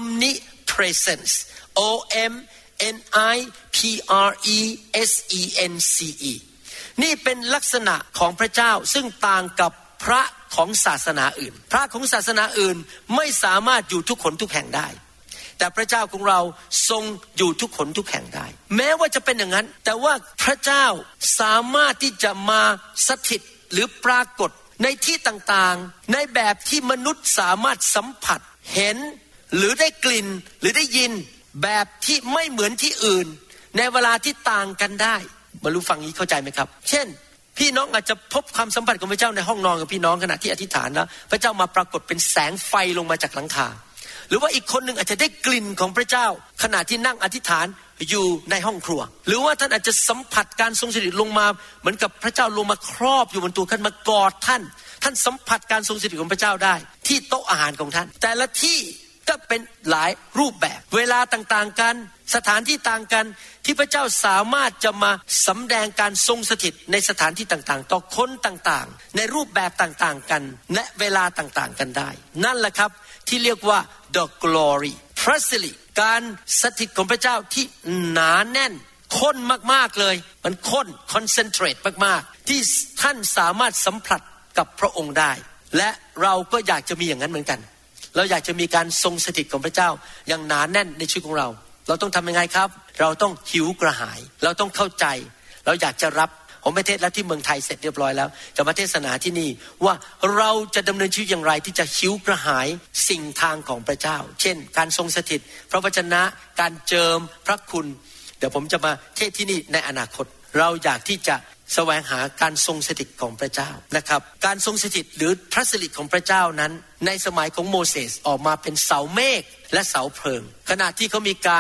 omnipresence omnipresence นี่เป็นลักษณะของพระเจ้าซึ่งต่างกับพระของศาสนาอื่นพระของศาสนาอื่นไม่สามารถอยู่ทุกขนทุกแห่งได้แต่พระเจ้าของเราทรงอยู่ทุกขนทุกแห่งได้แม้ว่าจะเป็นอย่างนั้นแต่ว่าพระเจ้าสามารถที่จะมาสถิตหรือปรากฏในที่ต่างๆในแบบที่มนุษย์สามารถสัมผัสเห็นหรือได้กลิ่นหรือได้ยินแบบที่ไม่เหมือนที่อื่นในเวลาที่ต่างกันได้บรรลุฟังนี้เข้าใจไหมครับเช่นพี่น้องอาจจะพบความสัมพันธ์ของพระเจ้าในห้องนอนกับพี่น้องขณะที่อธิษฐานแล้วพระเจ้ามาปรากฏเป็นแสงไฟลงมาจากหลังคาหรือว่าอีกคนหนึ่งอาจจะได้กลิ่นของพระเจ้าขณะที่นั่งอธิษฐานอยู่ในห้องครัวหรือว่าท่านอาจจะสัมผัสการทรงสถิตลงมาเหมือนกับพระเจ้าลงมาครอบอยู่บนตัวท่านมากอดท่านสัมผัสการทรงสถิตของพระเจ้าได้ที่โต๊ะอาหารของท่านแต่ละที่ก็เป็นหลายรูปแบบเวลาต่างๆกันสถานที่ต่างกันที่พระเจ้าสามารถจะมาสำแดงการทรงสถิตในสถานที่ต่างๆต่อคนต่างๆในรูปแบบต่างๆกันและเวลาต่างๆกันได้นั่นแหละครับที่เรียกว่า the glory พระสิริการสถิตของพระเจ้าที่หนาแน่นข้นมากๆเลยมันข้น concentrate มากๆที่ท่านสามารถสัมผัสกับพระองค์ได้และเราก็อยากจะมีอย่างนั้นเหมือนกันเราอยากจะมีการทรงสถิตของพระเจ้าอย่างหนาแน่นในชีวิตของเราต้องทำยังไงครับเราต้องหิวกระหายเราต้องเข้าใจเราอยากจะรับผมไปเทศแล้วที่เมืองไทยเสร็จเรียบร้อยแล้วจะมาเทศนาที่นี่ว่าเราจะดำเนินชีวิตอย่างไรที่จะหิวกระหายสิ่งทางของพระเจ้าเช่นการทรงสถิตพระวจนะการเจิมพระคุณเดี๋ยวผมจะมาเทศที่นี่ในอนาคตเราอยากที่จะแสวงหาการทรงสถิตของพระเจ้านะครับการทรงสถิตหรือพระสิริของพระเจ้านั้นในสมัยของโมเสสออกมาเป็นเสาเมฆและเสาเพลิงขณะที่เขามีการ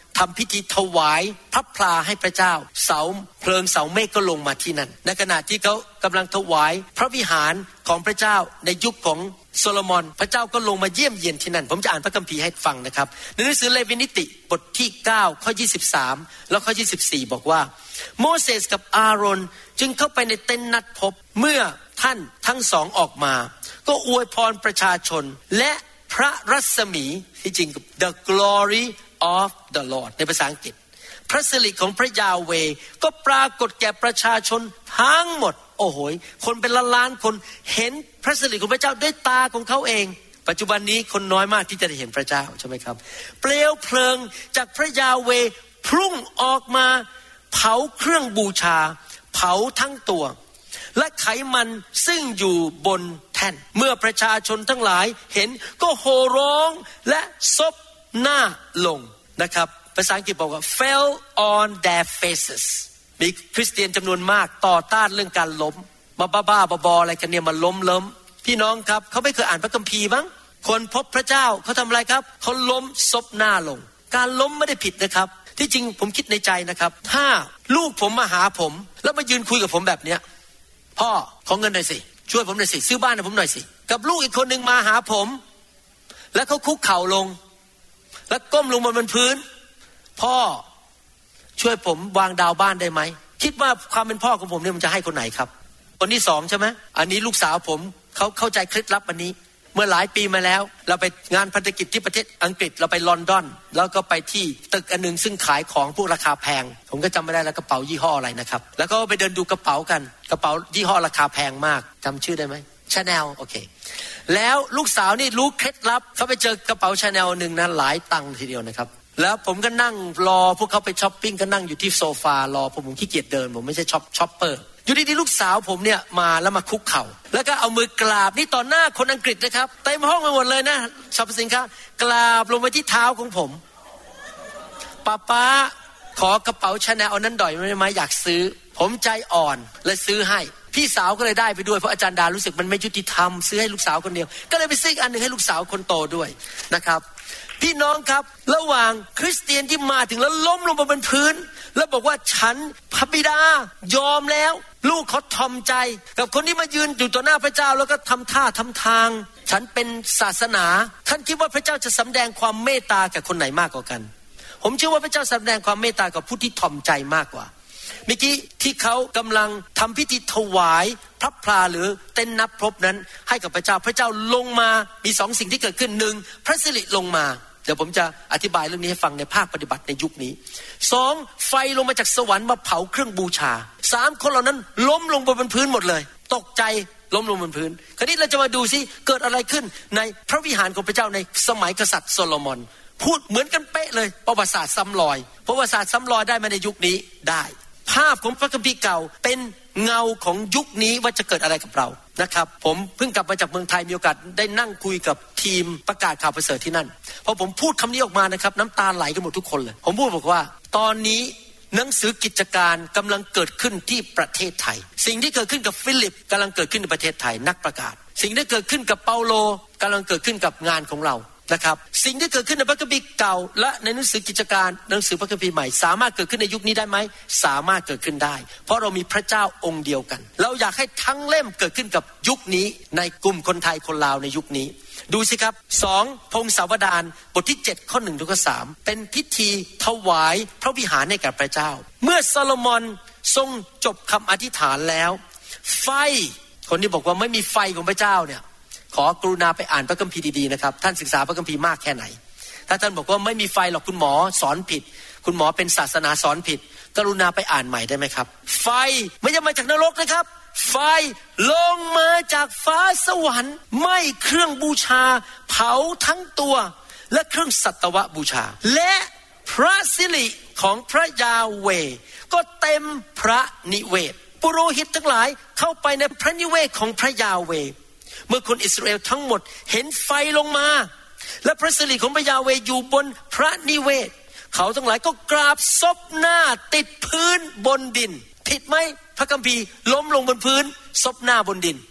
ทำพิธีถวายพระพลาให้พระเจ้าเสาเพลิงเสาเมฆก็ลงมาที่นั่นในขณะที่เขากำลังถวายพระวิหารของพระเจ้าในยุคของโซโลมอนพระเจ้าก็ลงมาเยี่ยมเยียนที่นั่นผมจะอ่านพระคัมภีร์ให้ฟังนะครับในหนังสือเลวีนิติบทที่9ข้อ23แล้วข้อ24บอกว่าโมเสสกับอาโรนจึงเข้าไปในเต็นท์นัดพบเมื่อท่านทั้งสองออกมาก็อวยพรประชาชนและพระรัศมีที่จริง the glory of the Lord ในภาษาอังกฤษพระสิริของพระยาเวห์ก็ปรากฏแก่ประชาชนทั้งหมดโอ้โหคนเป็นล้านๆคนเห็นพระสิริของพระเจ้าด้วยตาของเขาเองปัจจุบันนี้คนน้อยมากที่จะได้เห็นพระเจ้าใช่ไหมครับเปลวเพลิงจากพระยาเวห์พุ่งออกมาเผาเครื่องบูชาเผาทั้งตัวและไขมันซึ่งอยู่บนแท่นเมื่อประชาชนทั้งหลายเห็นก็โห่ร้องและซบหน้าลงนะครับภาษาอังกฤษบอกว่า fell on their faces มีคริสเตียนจำนวนมากต่อต้านเรื่องการล้มมาบ้าๆบอๆอะไรกันเนี่ยมาล้มพี่น้องครับเขาไม่เคยอ่านพระคัมภีร์มั้งคนพบพระเจ้าเขาทำอะไรครับเขาล้มซบหน้าลงการล้มไม่ได้ผิดนะครับที่จริงผมคิดในใจนะครับถ้าลูกผมมาหาผมแล้วมายืนคุยกับผมแบบเนี้ยพ่อขอเงินหน่อยสิช่วยผมหน่อยสิซื้อบ้านให้ผมหน่อยสิกับลูกอีกคนนึงมาหาผมแล้วเขาคุกเข่าลงแล้วก้มลงบนพื้นพ่อช่วยผมวางดาวบ้านได้ไหมคิดว่าความเป็นพ่อของผมเนี่ยมันจะให้คนไหนครับคนที่สองใช่ไหมอันนี้ลูกสาวผมเขาเข้าใจเคล็ดลับอันนี้เมื่อหลายปีมาแล้วเราไปงานพันธกิจที่ประเทศอังกฤษเราไปลอนดอนแล้วก็ไปที่ตึกอันนึงซึ่งขายของพวกราคาแพงผมก็จำไม่ได้แล้วกระเป๋ายี่ห้ออะไรนะครับแล้วก็ไปเดินดูกระเป๋ากันกระเป๋ายี่ห้อราคาแพงมากจำชื่อได้ไหม Chanel โอเคแล้วลูกสาวนี่รู้เคล็ดลับเขาไปเจอกระเป๋า Chanel นึงนะหลายตังค์ทีเดียวนะครับแล้วผมก็นั่งรอพวกเขาไปช้อปปิ้งก็นั่งอยู่ที่โซฟารอผมขี้เกียจเดินผมไม่ใช่ช็อปเปอร์อยู่ดีๆลูกสาวผมเนี่ยมาแล้วมาคุกเข่าแล้วก็เอามือกราบนี่ต่อหน้าคนอังกฤษนะครับเต็มห้องไปหมดเลยนะช็อปสินค้ากราบลงไปที่เท้าของผมป้าขอกระเป๋า Chanel นั้นดอยได้ไหมอยากซื้อผมใจอ่อนเลยซื้อให้พี่สาวก็เลยได้ไปด้วยเพราะอาจารย์ดารู้สึกมันไม่ยุติธรรมซื้อให้ลูกสาวคนเดียวก็เลยไปซื้ออันนึงให้ลูกสาวคนโตด้วยนะครับพี่น้องครับระหว่างคริสเตียนที่มาถึงแล้วล้มลงบนพื้นแล้วบอกว่าฉันพระบิดายอมแล้วลูกเขาทอมใจกับคนที่มายืนอยู่ต่อหน้าพระเจ้าแล้วก็ทำท่าทำทางฉันเป็นศาสนาท่านคิดว่าพระเจ้าจะสำแดงความเมตตากับคนไหนมากกว่ากันผมเชื่อว่าพระเจ้าสำแดงความเมตตากับผู้ที่ทอมใจมากกว่าเมื่อกี้ที่เขากำลังทำพิธีถวายพระพลาหรือเต้นนับพรบนั้นให้กับพระเจ้าพระเจ้าลงมามีสองสิ่งที่เกิดขึ้นหนึ่งพระสิริลงมาเดี๋ยวผมจะอธิบายเรื่องนี้ให้ฟังในภาคปฏิบัติในยุคนี้สองไฟลงมาจากสวรรค์มาเผาเครื่องบูชาสามคนเหล่านั้นล้มลงบนพื้นหมดเลยตกใจล้มลงบนพื้นคราวนี้เราจะมาดูซิเกิดอะไรขึ้นในพระวิหารของพระเจ้าในสมัยกษัตริย์โซโลมอนพูดเหมือนกันเป๊ะเลยประวัติศาสตร์ซ้ำรอยประวัติศาสตร์ซ้ำรอยได้มาในยุคนี้ได้ภาพของพระคัมภีร์เก่าเป็นเงาของยุคนี้ว่าจะเกิดอะไรกับเรานะครับผมเพิ่งกลับมาจากเมืองไทยมีโอกาสได้นั่งคุยกับทีมประกาศข่าวประเสริฐที่นั่นพอผมพูดคำนี้ออกมานะครับน้ำตาไหลกันหมดทุกคนเลยผมพูดบอกว่าตอนนี้หนังสือกิจการกำลังเกิดขึ้นที่ประเทศไทยสิ่งที่เกิดขึ้นกับฟิลิปกำลังเกิดขึ้นในประเทศไทยนักประกาศสิ่งที่เกิดขึ้นกับเปาโลกำลังเกิดขึ้นกับงานของเรานะครับสิ่งที่เกิดขึ้นในพระคัมภีร์เก่าและในหนังสือกิจการหนังสือพระคัมภีร์ใหม่สามารถเกิดขึ้นในยุคนี้ได้ไหมสามารถเกิดขึ้นได้เพราะเรามีพระเจ้าองค์เดียวกันเราอยากให้ทั้งเล่มเกิดขึ้นกับยุคนี้ในกลุ่มคนไทยคนลาวในยุคนี้ดูสิครับ2พงศาวดารบทที่7ข้อ1ถึงข้อ3เป็นพิธีถวายพระวิหารให้กับพระเจ้าเมื่อโซโลมอนทรงจบคำอธิษฐานแล้วไฟคนที่บอกว่าไม่มีไฟของพระเจ้าเนี่ยขอกรุณาไปอ่านพระคัมภีร์ดีๆนะครับท่านศึกษาพระคัมภีร์มากแค่ไหนถ้าท่านบอกว่าไม่มีไฟหรอกคุณหมอสอนผิดคุณหมอเป็นศาสนาสอนผิดกรุณาไปอ่านใหม่ได้ไหมครับไฟไม่ใช่มาจากนรกนะครับไฟลงมาจากฟ้าสวรรค์ไหม้เครื่องบูชาเผาทั้งตัวและเครื่องสัตวบูชาและพระสิริของพระยาเวห์ก็เต็มพระนิเวศปุโรหิตทั้งหลายเข้าไปในพระนิเวศของพระยาเวห์เมื่อคนอิสราเอลทั้งหมดเห็นไฟลงมาและพระสิริของพระยาเวห์อยู่บนพระนิเวศเขาทั้งหลายก็กราบซบหน้าติดพื้นบนดินผิดไหมพระคัมภีร์ล้มลงบนพื้นซบหน้าบนดิน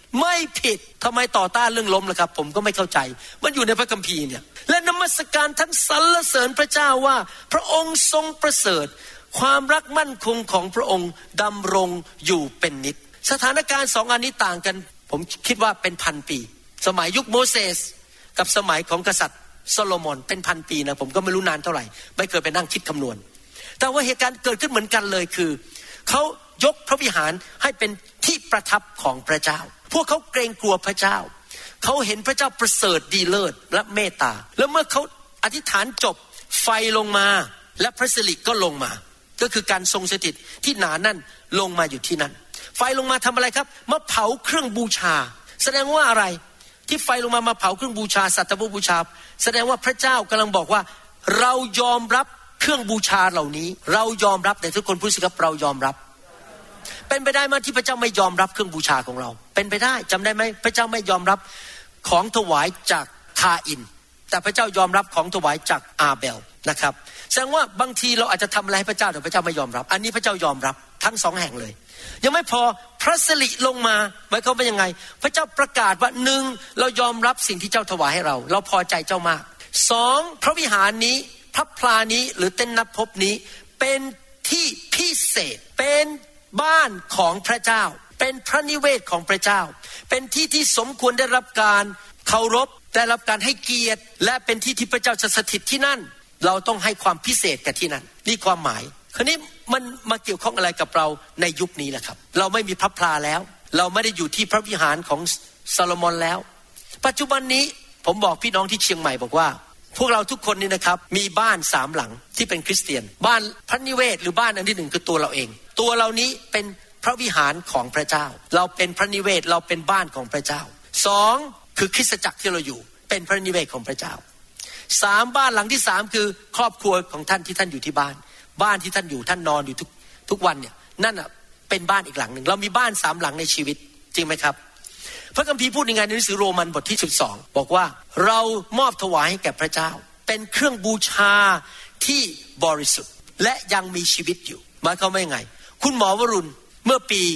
ไม่ผิดทำไมต่อต้านเรื่องล้มล่ะครับผมก็ไม่เข้าใจมันอยู่ในพระคัมภีร์เนี่ยและนมัสการท่านสรรเสริญพระเจ้าว่าพระองค์ทรงประเสริฐความรักมั่นคงของพระองค์ดำรงอยู่เป็นนิจสถานการณ์2อันนี้ต่างกันผมคิดว่าเป็นพันปีสมัยยุคโมเสสกับสมัยของกษัตริย์โซโลมอนเป็นพันปีนะผมก็ไม่รู้นานเท่าไหร่ไม่เคยไปนั่งคิดคำนวณแต่ว่าเหตุการณ์เกิดขึ้นเหมือนกันเลยคือเขายกพระวิหารให้เป็นที่ประทับของพระเจ้าพวกเขาเกรงกลัวพระเจ้าเขาเห็นพระเจ้าประเสริฐดีเลิศและเมตตาแล้วเมื่อเขาอธิษฐานจบไฟลงมาและพระสิริก็ลงมาก็คือการทรงสถิตที่หนาแน่นลงมาอยู่ที่นั่นไฟลงมาทำอะไรครับมาเผาเครื่องบูชาแสดงว่าอะไรที่ไฟลงมาเผาเครื่องบูชาสัตว์บูชาแสดงว่าพระเจ้ากำลังบอกว่าเรายอมรับเครื่องบูชาเหล่านี้เรายอมรับแต่ทุกคนพูดสิครับเรายอมรับเป็นไปได้ไหมที่พระเจ้าไม่ยอมรับเครื่องบูชาของเราเป็นไปได้จำได้ไหมพระเจ้าไม่ยอมรับของถวายจากคาอินแต่พระเจ้ายอมรับของถวายจากอาเบลนะครับแสดงว่าบางทีเราอาจจะทำอะไรให้พระเจ้าแต่พระเจ้าไม่ยอมรับอันนี้พระเจ้ายอมรับทั้งสองแห่งเลยยังไม่พอพระสิริลงมาหมายความว่ายังไงพระเจ้าประกาศว่า1เรายอมรับสิ่งที่เจ้าถวายให้เราพอใจเจ้ามาก2พระวิหารนี้พระพลานี้หรือเต้นนับพบนี้เป็นที่พิเศษเป็นบ้านของพระเจ้าเป็นพระนิเวศของพระเจ้าเป็นที่ที่สมควรได้รับการเคารพได้รับการให้เกียรติและเป็นที่ที่พระเจ้าจะสถิตที่นั่นเราต้องให้ความพิเศษกับที่นั่นนี่ความหมายคราวนี้มันมาเกี่ยวข้องอะไรกับเราในยุคนี้แหละครับเราไม่มีพระพลาแล้วเราไม่ได้อยู่ที่พระวิหารของซาโลมอนแล้วปัจจุบันนี้ผมบอกพี่น้องที่เชียงใหม่บอกว่าพวกเราทุกคนนี่นะครับมีบ้าน3หลังที่เป็นคริสเตียนบ้านพระนิเวศหรือบ้านอันที่1คือตัวเราเองตัวเรานี้เป็นพระวิหารของพระเจ้าเราเป็นพระนิเวศเราเป็นบ้านของพระเจ้า2คือคริสตจักรที่เราอยู่เป็นพระนิเวศของพระเจ้า3บ้านหลังที่3คือครอบครัวของท่านที่ท่านอยู่ที่บ้านที่ท่านอยู่ท่านนอนอยู่ทุกวันเนี่ยนั่นอ่ะเป็นบ้านอีกหลังนึงเรามีบ้าน3หลังในชีวิตจริงไหมครับพระคัมภีร์พูดในหนังสือโรมันบทที่12บอกว่าเรามอบถวายให้แก่พระเจ้าเป็นเครื่องบูชาที่บริสุทธิ์และยังมีชีวิตอยู่หมายความว่ายังไงคุณหมอวรุณเมื่อปี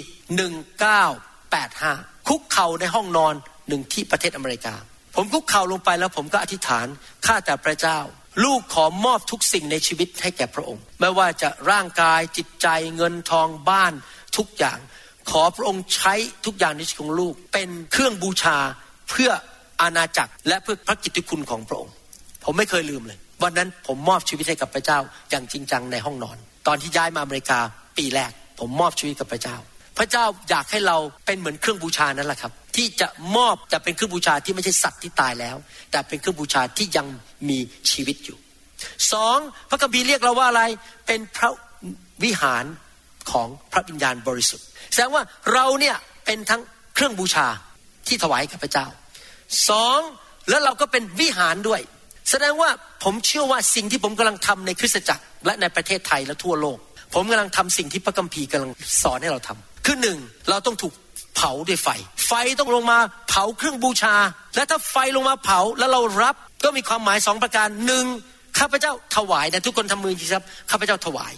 1985คุกเข่าในห้องนอน1ที่ประเทศอเมริกาผมคุกเข่าลงไปแล้วผมก็อธิษฐานข้าแต่พระเจ้าลูกขอมอบทุกสิ่งในชีวิตให้แก่พระองค์ไม่ว่าจะร่างกายจิตใจเงินทองบ้านทุกอย่างขอพระองค์ใช้ทุกอย่างในชีวิตของลูกเป็นเครื่องบูชาเพื่ออาณาจักรและเพื่อพระกิตติคุณของพระองค์ผมไม่เคยลืมเลยวันนั้นผมมอบชีวิตให้กับพระเจ้าอย่างจริงจังในห้องนอนตอนที่ย้ายมาอเมริกาปีแรกผมมอบชีวิตกับพระเจ้าพระเจ้าอยากให้เราเป็นเหมือนเครื่องบูชานั่นแหละครับที่จะมอบจะเป็นเครื่องบูชาที่ไม่ใช่สัตว์ที่ตายแล้วแต่เป็นเครื่องบูชาที่ยังมีชีวิตอยู่2พระคัมภีร์เรียกเราว่าอะไรเป็นพระวิหารของพระวิญญาณบริสุทธิ์แสดงว่าเราเนี่ยเป็นทั้งเครื่องบูชาที่ถวายกับพระเจ้า2แล้วเราก็เป็นวิหารด้วยแสดงว่าผมเชื่อว่าสิ่งที่ผมกำลังทำในคริสตจักรและในประเทศไทยและทั่วโลกผมกำลังทำสิ่งที่พระคัมภีร์กำลังสอนให้เราทำคือ1เราต้องถูกเผาด้วยไฟต้องลงมาเผาเครื่องบูชาและถ้าไฟลงมาเผาแล้วเรารับก็มีความหมาย2ประการ1ข้าพเจ้าถวายนะทุกคนทำมือสิครับข้าพเจ้าถวาย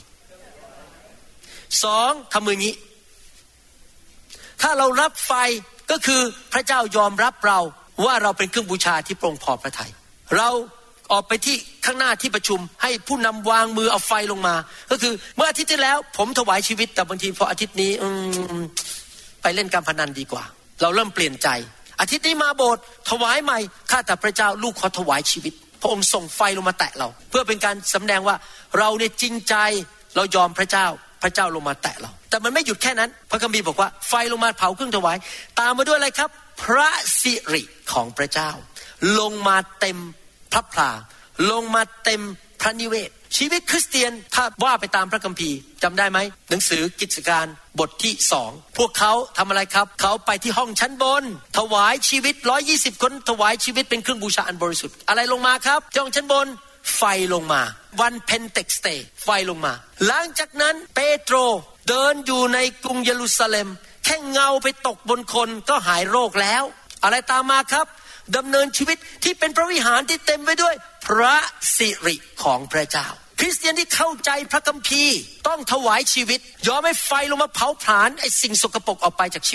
2ทำมืองี้ถ้าเรารับไฟก็คือพระเจ้ายอมรับเราว่าเราเป็นเครื่องบูชาที่โปร่งพอพระทัยเราออกไปที่ข้างหน้าที่ประชุมให้ผู้นำวางมือเอาไฟลงมาก็คือเมื่ออาทิตย์ที่แล้วผมถวายชีวิตแต่บางทีพออาทิตย์นี้ไปเล่นการพนันดีกว่าเราเริ่มเปลี่ยนใจอาทิตย์นี้มาโบสถ์ถวายใหม่ข้าแต่พระเจ้าลูกขอถวายชีวิตพระองค์ส่งไฟลงมาแตะเราเพื่อเป็นการสำแดงว่าเราเนี่ยจริงใจเรายอมพระเจ้าลงมาแตะเราแต่มันไม่หยุดแค่นั้นพระคัมภีร์บอกว่าไฟลงมาเผาเครื่องถวายตามมาด้วยอะไรครับพระสิริของพระเจ้าลงมาเต็มพระพลาลงมาเต็มพระนิเวศชีวิตคริสเตียนถ้าว่าไปตามพระคัมภีร์จำได้ไหมหนังสือกิจการบทที่2พวกเขาทำอะไรครับเขาไปที่ห้องชั้นบนถวายชีวิต120คนถวายชีวิตเป็นเครื่องบูชาอันบริสุทธิ์อะไรลงมาครับที่ห้องชั้นบนไฟลงมาวันเพนเทคสเตย์ไฟลงมาหลังจากนั้นเปโตรเดินอยู่ในกรุงเยรูซาเล็มแค่เงาไปตกบนคนก็หายโรคแล้วอะไรตามมาครับดำเนินชีวิตที่เป็นพระวิหารที่เต็มไปด้วยพระสิริของพระเจ้าคริสเตียนที่เข้าใจพระคัมภีร์ต้องถวายชีวิตยอมให้ไฟลงมาเผาผลาญไอ้สิ่งสกปรกออกไปจากชีวิต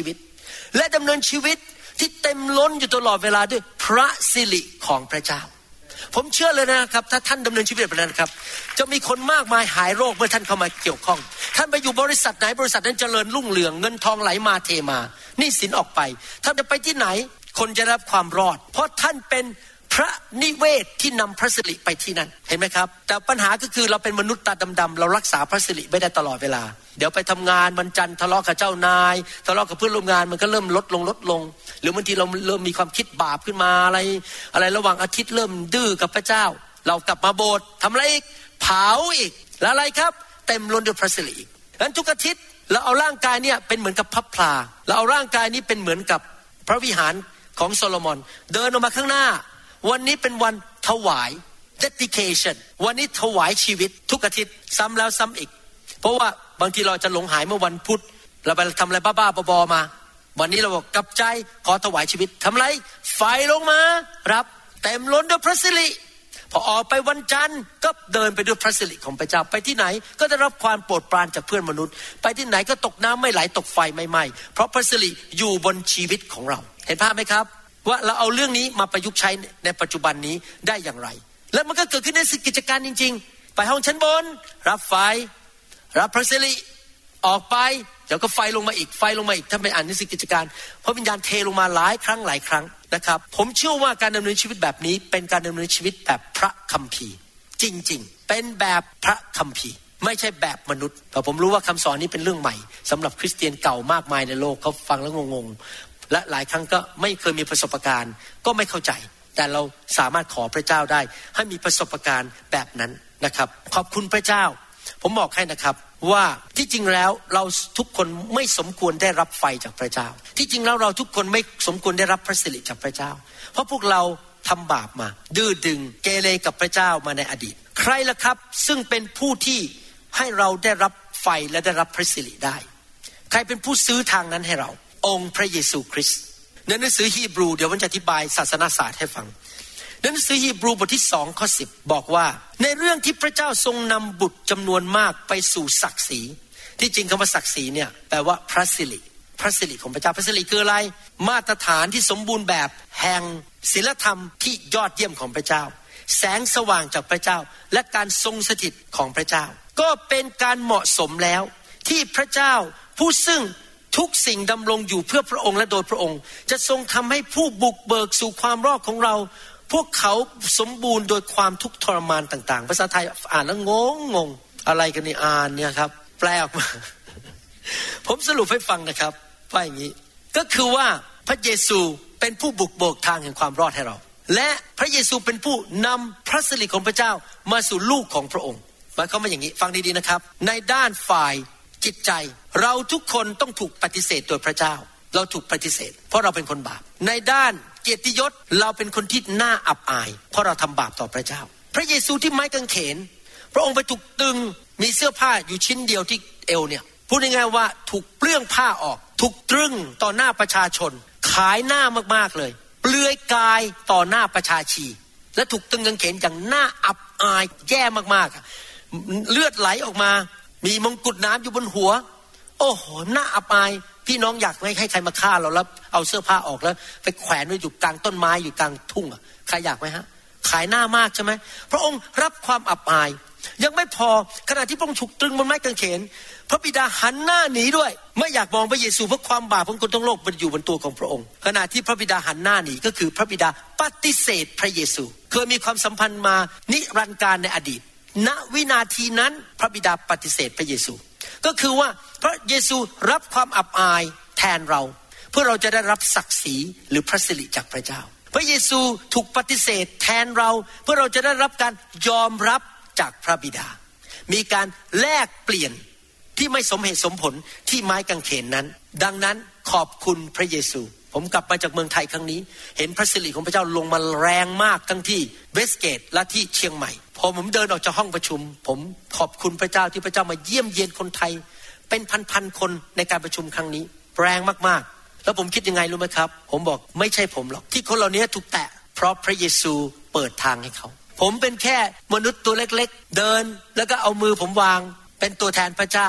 และดำเนินชีวิตที่เต็มล้นอยู่ตลอดเวลาด้วยพระสิริของพระเจ้าผมเชื่อเลยนะครับถ้าท่านดำเนินชีวิตแบบนั้นครับจะมีคนมากมายหายโรคเมื่อท่านเข้ามาเกี่ยวข้องท่านไปอยู่บริษัทไหนบริษัทนั้นเจริญรุ่งเรืองเงินทองไหลมาเทมาหนี้สินออกไปท่านจะไปที่ไหนคนจะรับความรอดเพราะท่านเป็นพระนิเวศที่นำพระสิริไปที่นั่นเห็นไหมครับแต่ปัญหาก็คือเราเป็นมนุษย์ตาดำๆเรารักษาพระสิริไม่ได้ตลอดเวลาเดี๋ยวไปทำงานวันจันทร์ทะเลาะกับเจ้านายทะเลาะกับเพื่อนร่วมงานมันก็เริ่มลดลงหรือบางทีเราเริ่มมีความคิดบาปขึ้นมาอะไรระหว่างอาทิตย์เริ่มดื้อกับพระเจ้าเรากลับมาโบสถ์ทำอะไรอีกเผาอีกแล้วอะไรครับเต็มล้นด้วยพระสิริอีกงั้นทุกอาทิตย์เราเอาร่างกายเนี่ยเป็นเหมือนกับพระพลาเราเอาร่างกายนี้เป็นเหมือนกับพระวิหารของโซโลมอนเดินออกมาข้างหน้าวันนี้เป็นวันถวาย dedication วันนี้ถวายชีวิตทุกอาทิตย์ซ้ำแล้วซ้ำอีกเพราะว่าบางทีเราจะหลงหายเมื่อวันพุธเราไปทำอะไรบ้าๆบอๆมาวันนี้เราบอกกลับใจขอถวายชีวิตทำไรไฟลงมารับเต็มล้นด้วยพระสิริพอออกไปวันจันทร์ก็เดินไปด้วยพระสิริของพระเจ้าไปที่ไหนก็ได้รับความโปรดปรานจากเพื่อนมนุษย์ไปที่ไหนก็ตกน้ำไม่ไหลตกไฟไม่ไหม้เพราะพระสิริอยู่บนชีวิตของเราเห็นภาพไหมครับว่าเราเอาเรื่องนี้มาประยุกต์ใช้ในปัจจุบันนี้ได้อย่างไรแล้วมันก็เกิดขึ้นในกิจการจริงๆไปห้องชั้นบนรับไฟรับพระสิริออกไปเดี๋ยวก็ไฟลงมาอีกไฟลงมาอีกถ้าไปอ่านในกิจการพระวิญญาณเทลงมาหลายครั้งนะครับผมเชื่อว่าการดำเนินชีวิตแบบนี้เป็นการดำเนินชีวิตแบบพระคัมภีร์จริงๆเป็นแบบพระคัมภีร์ไม่ใช่แบบมนุษย์แต่ผมรู้ว่าคำสอนนี้เป็นเรื่องใหม่สำหรับคริสเตียนเก่ามากมายในโลกเขาฟังแล้วงงๆและหลายครั้งก็ไม่เคยมีประสบการณ์ก็ไม่เข้าใจแต่เราสามารถขอพระเจ้าได้ให้มีประสบการณ์แบบนั้นนะครับขอบคุณพระเจ้าผมบอกให้นะครับว่าที่จริงแล้วเราทุกคนไม่สมควรได้รับไฟจากพระเจ้าที่จริงแล้วเราทุกคนไม่สมควรได้รับพระสิริจากพระเจ้าเพราะพวกเราทำบาปมาดื้อดึงเกเรกับพระเจ้ามาในอดีตใครล่ะครับซึ่งเป็นผู้ที่ให้เราได้รับไฟและได้รับพระสิริได้ใครเป็นผู้ซื้อทางนั้นให้เราองค์พระเยซูคริสต์ในหนังสือฮีบรูเดี๋ยวผมจะอธิบายศาสนศาสตร์ให้ฟังในหนังสือฮีบรูบทที่2ข้อ10บอกว่าในเรื่องที่พระเจ้าทรงนำบุตรจำนวนมากไปสู่ศักดิ์ศรีที่จริงคำว่าศักดิ์ศรีเนี่ยแปลว่าพระสิริของพระเจ้าพระสิริคืออะไรมาตรฐานที่สมบูรณ์แบบแห่งศีลธรรมที่ยอดเยี่ยมของพระเจ้าแสงสว่างจากพระเจ้าและการทรงสถิตของพระเจ้าก็เป็นการเหมาะสมแล้วที่พระเจ้าผู้ซึ่งทุกสิ่งดำรงอยู่เพื่อพระองค์และโดยพระองค์จะทรงทำให้ผู้บุกเบิกสู่ความรอดของเราพวกเขาสมบูรณ์โดยความทุกข์ทรมานต่างๆภาษาไทยอ่านแล้วงงอะไรกันนี่อ่านเนี่ยครับแปลออกมา ผมสรุปให้ฟังนะครับว่าอย่างนี้ก็คือว่าพระเยซูเป็นผู้บุกเบิกทางแห่งความรอดให้เราและพระเยซูเป็นผู้นำพระสิริของพระเจ้ามาสู่ลูกของพระองค์หมายความว่าอย่างนี้ฟังดีๆนะครับในด้านฝ่ายจิตใจเราทุกคนต้องถูกปฏิเสธโดยพระเจ้าเราถูกปฏิเสธเพราะเราเป็นคนบาปในด้านเกียรติยศเราเป็นคนที่น่าอับอายเพราะเราทำบาปต่อพระเจ้าพระเยซูที่ไม้กางเขนพระองค์ไปถูกตึงมีเสื้อผ้าอยู่ชิ้นเดียวที่เอวเนี่ยพูดง่ายๆว่าถูกเปลื้องผ้าออกถูกตรึงต่อหน้าประชาชนขายหน้ามากๆเลยเปลือยกายต่อหน้าประชาชีและถูกตึงกางเขนอย่างน่าอับอายแย่มากๆเลือดไหลออกมามีมงกุฎน้ำอยู่บนหัวโอ้โหน่าอับอายพี่น้องอยากให้ใครมาฆ่าเราแล้วเอาเสื้อผ้าออกแล้วไปแขวนไว้อยู่กลางต้นไม้อยู่กลางทุ่งอ่ะใครอยากไหมฮะขายหน้ามากใช่ไหมพระองค์รับความอับอายยังไม่พอขณะที่พระองค์ถูกตรึงบนไม้กางเขนพระบิดาหันหน้าหนีด้วยไม่อยากมองพระเยซูเพราะความบาปของคนทั้งโลกมันอยู่บนตัวของพระองค์ขณะที่พระบิดาหันหน้าหนีก็คือพระบิดาปฏิเสธพระเยซูเคยมีความสัมพันธ์มานิรันดร์การในอดีตณวินาทีนั้นพระบิดาปฏิเสธพระเยซูก็คือว่าพระเยซูรับความอับอายแทนเราเพื่อเราจะได้รับศักดิ์ศรีหรือพระสิริจากพระเจ้าพระเยซูถูกปฏิเสธแทนเราเพื่อเราจะได้รับการยอมรับจากพระบิดามีการแลกเปลี่ยนที่ไม่สมเหตุสมผลที่ไม้กางเขนนั้นดังนั้นขอบคุณพระเยซูผมกลับมาจากเมืองไทยครั้งนี้เห็นพระสิริของพระเจ้าลงมาแรงมากทั้งที่เวสเกตและที่เชียงใหม่พอผมเดินออกจากห้องประชุมผมขอบคุณพระเจ้าที่พระเจ้ามาเยี่ยมเยียนคนไทยเป็นพันๆคนในการประชุมครั้งนี้แรงมากๆแล้วผมคิดยังไงรู้ไหมครับผมบอกไม่ใช่ผมหรอกที่คนเหล่านี้ถูกแตะเพราะพระเยซูเปิดทางให้เขาผมเป็นแค่มนุษย์ตัวเล็กๆเดินแล้วก็เอามือผมวางเป็นตัวแทนพระเจ้า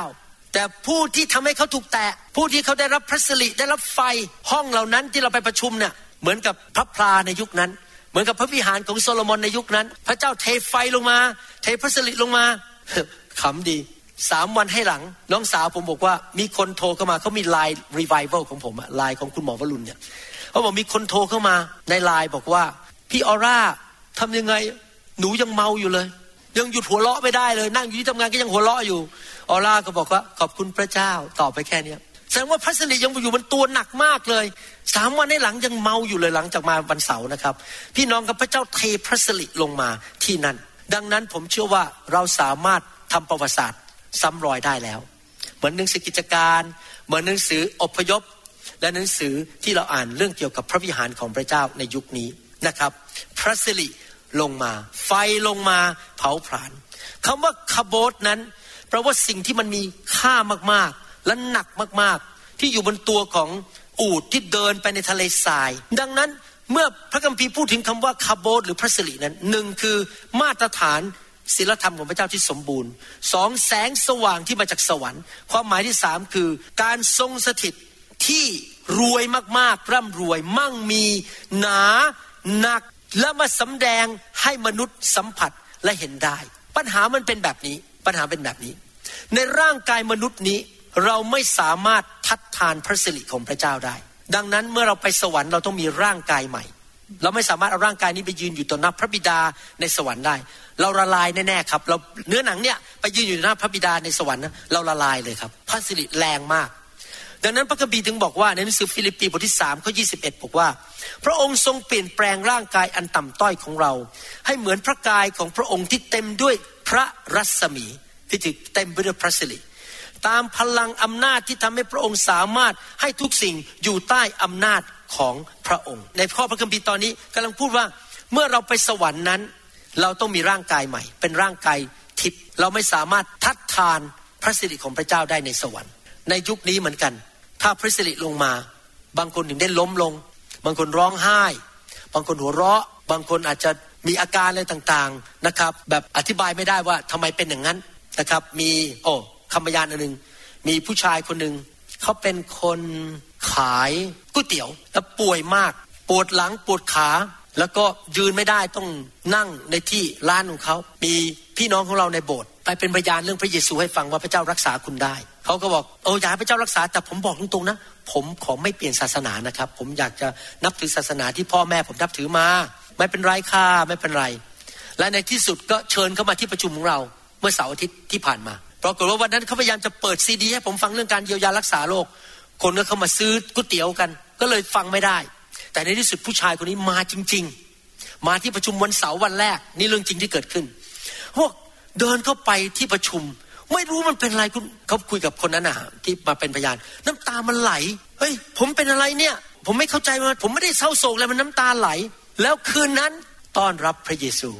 แต่ผู้ที่ทำให้เขาถูกแตะผู้ที่เขาได้รับพระสิริได้รับไฟห้องเหล่านั้นที่เราไปประชุมเนี่ยเหมือนกับพระพลาในยุคนั้นเหมือนกับพระวิหารของโซโลมอนในยุคนั้นพระเจ้าเทไฟลงมาเทพระสิริลงมาขำดี3 วันให้หลังน้องสาวผมบอกว่ามีคนโทรเข้ามาเขามีไลน์ revival ของผมไลน์ของคุณหมอวรุณเนี่ยเขาบอกมีคนโทรเข้ามาในไลน์บอกว่าพี่ออร่าทำยังไงหนูยังเมาอยู่เลยยังหยุดหัวเราะไม่ได้เลยนั่งอยู่ที่ทำงานก็ยังหัวเราะอยู่ออร่าก็บอกว่าขอบคุณพระเจ้าตอบไปแค่นี้แสดงว่าพระสิริยังอยู่บนตัวหนักมากเลย3 วันให้หลังยังเมาอยู่เลยหลังจากมาวันเสาร์นะครับพี่น้องกับพระเจ้าเทพระสิริลงมาที่นั่นดังนั้นผมเชื่อว่าเราสามารถทำประวัติศาสตร์ซ้ำรอยได้แล้วเหมือนหนังสือกิจการเหมือนหนังสืออพยพและหนังสือที่เราอ่านเรื่องเกี่ยวกับพระวิหารของพระเจ้าในยุคนี้นะครับพระสิริลงมาไฟลงมาเผาผลาญคำว่าคาโบสนั้นแปลว่าสิ่งที่มันมีค่ามากๆและหนักมากๆที่อยู่บนตัวของอูฐที่เดินไปในทะเลทรายดังนั้นเมื่อพระคัมภีร์พูดถึงคำว่าคาโบสหรือพระสิรินั้น1คือมาตรฐานศีลธรรมของพระเจ้าที่สมบูรณ์2แสงสว่างที่มาจากสวรรค์ความหมายที่3คือการทรงสถิตที่รวยมากๆร่ำรวยมั่งมีหนาหนักและมาสำแดงให้มนุษย์สัมผัสและเห็นได้ปัญหามันเป็นแบบนี้ปัญหาเป็นแบบนี้ในร่างกายมนุษย์นี้เราไม่สามารถทัดทานพระสิริของพระเจ้าได้ดังนั้นเมื่อเราไปสวรรค์เราต้องมีร่างกายใหม่เราไม่สามารถเอาร่างกายนี้ไปยืนอยู่ต่อหน้าพระบิดาในสวรรค์ได้เราละลายแน่ๆครับเราเนื้อหนังเนี่ยไปยืนอยู่หน้าพระบิดาในสวรรค์นะเราละลายเลยครับพระสิริแรงมากดังนั้นพระคัมภีร์ถึงบอกว่าในหนังสือฟิลิปปีบทที่3ข้อ21บอกว่าพระองค์ทรงเปลี่ยนแปลงร่างกายอันต่ำต้อยของเราให้เหมือนพระกายของพระองค์ที่เต็มด้วยพระรัศมีที่เต็มไปด้วยพระสิริตามพลังอำนาจที่ทำให้พระองค์สามารถให้ทุกสิ่งอยู่ใต้อำนาจของพระองค์ในข้อพระคัมภีร์ตอนนี้กำลังพูดว่าเมื่อเราไปสวรรค์นั้นเราต้องมีร่างกายใหม่เป็นร่างกายทิพย์เราไม่สามารถทัดทานพระสิริของพระเจ้าได้ในสวรรค์ในยุคนี้เหมือนกันถ้าพระสิริลงมาบางคนถึงได้ล้มลงบางคนร้องไห้บางคนหัวเราะบางคนอาจจะมีอาการอะไรต่างๆนะครับแบบอธิบายไม่ได้ว่าทำไมเป็นอย่างนั้นนะครับมีคำพยานอันนึงมีผู้ชายคนหนึ่งเขาเป็นคนขายก๋วยเตี๋ยวแล้วป่วยมากปวดหลังปวดขาแล้วก็ยืนไม่ได้ต้องนั่งในที่ร้านของเขามีพี่น้องของเราในโบสถ์ไปเป็นพยานเรื่องพระเยซูให้ฟังว่าพระเจ้ารักษาคุณได้เขาก็บอกอยากให้พระเจ้ารักษาแต่ผมบอกตรงๆนะผมขอไม่เปลี่ยนศาสนานะครับผมอยากจะนับถือศาสนาที่พ่อแม่ผมนับถือมาไม่เป็นไรค่ะไม่เป็นไรและในที่สุดก็เชิญเขามาที่ประชุมของเราเมื่อเสาร์อาทิตย์ที่ผ่านมาปรากฏว่าวันนั้นเขาพยายามจะเปิดซีดีให้ผมฟังเรื่องการเยียวยารักษาโรคคนก็เข้ามาซื้อก๋วยเตี๋ยวกันก็เลยฟังไม่ได้แต่ในที่สุดผู้ชายคนนี้มาจริงๆมาที่ประชุมวันเสาร์วันแรกนี่เรื่องจริงที่เกิดขึ้นพวกเดินเข้าไปที่ประชุมไม่รู้มันเป็นอะไรคุณเขาคุยกับคนนั้นที่มาเป็นพยานน้ำตามันไหลเฮ้ยผมเป็นอะไรเนี่ยผมไม่เข้าใจว่าผมไม่ได้เศร้าโศกเลยมันน้ำตาไหลแล้วคืนนั้นต้อนรับพระเยซู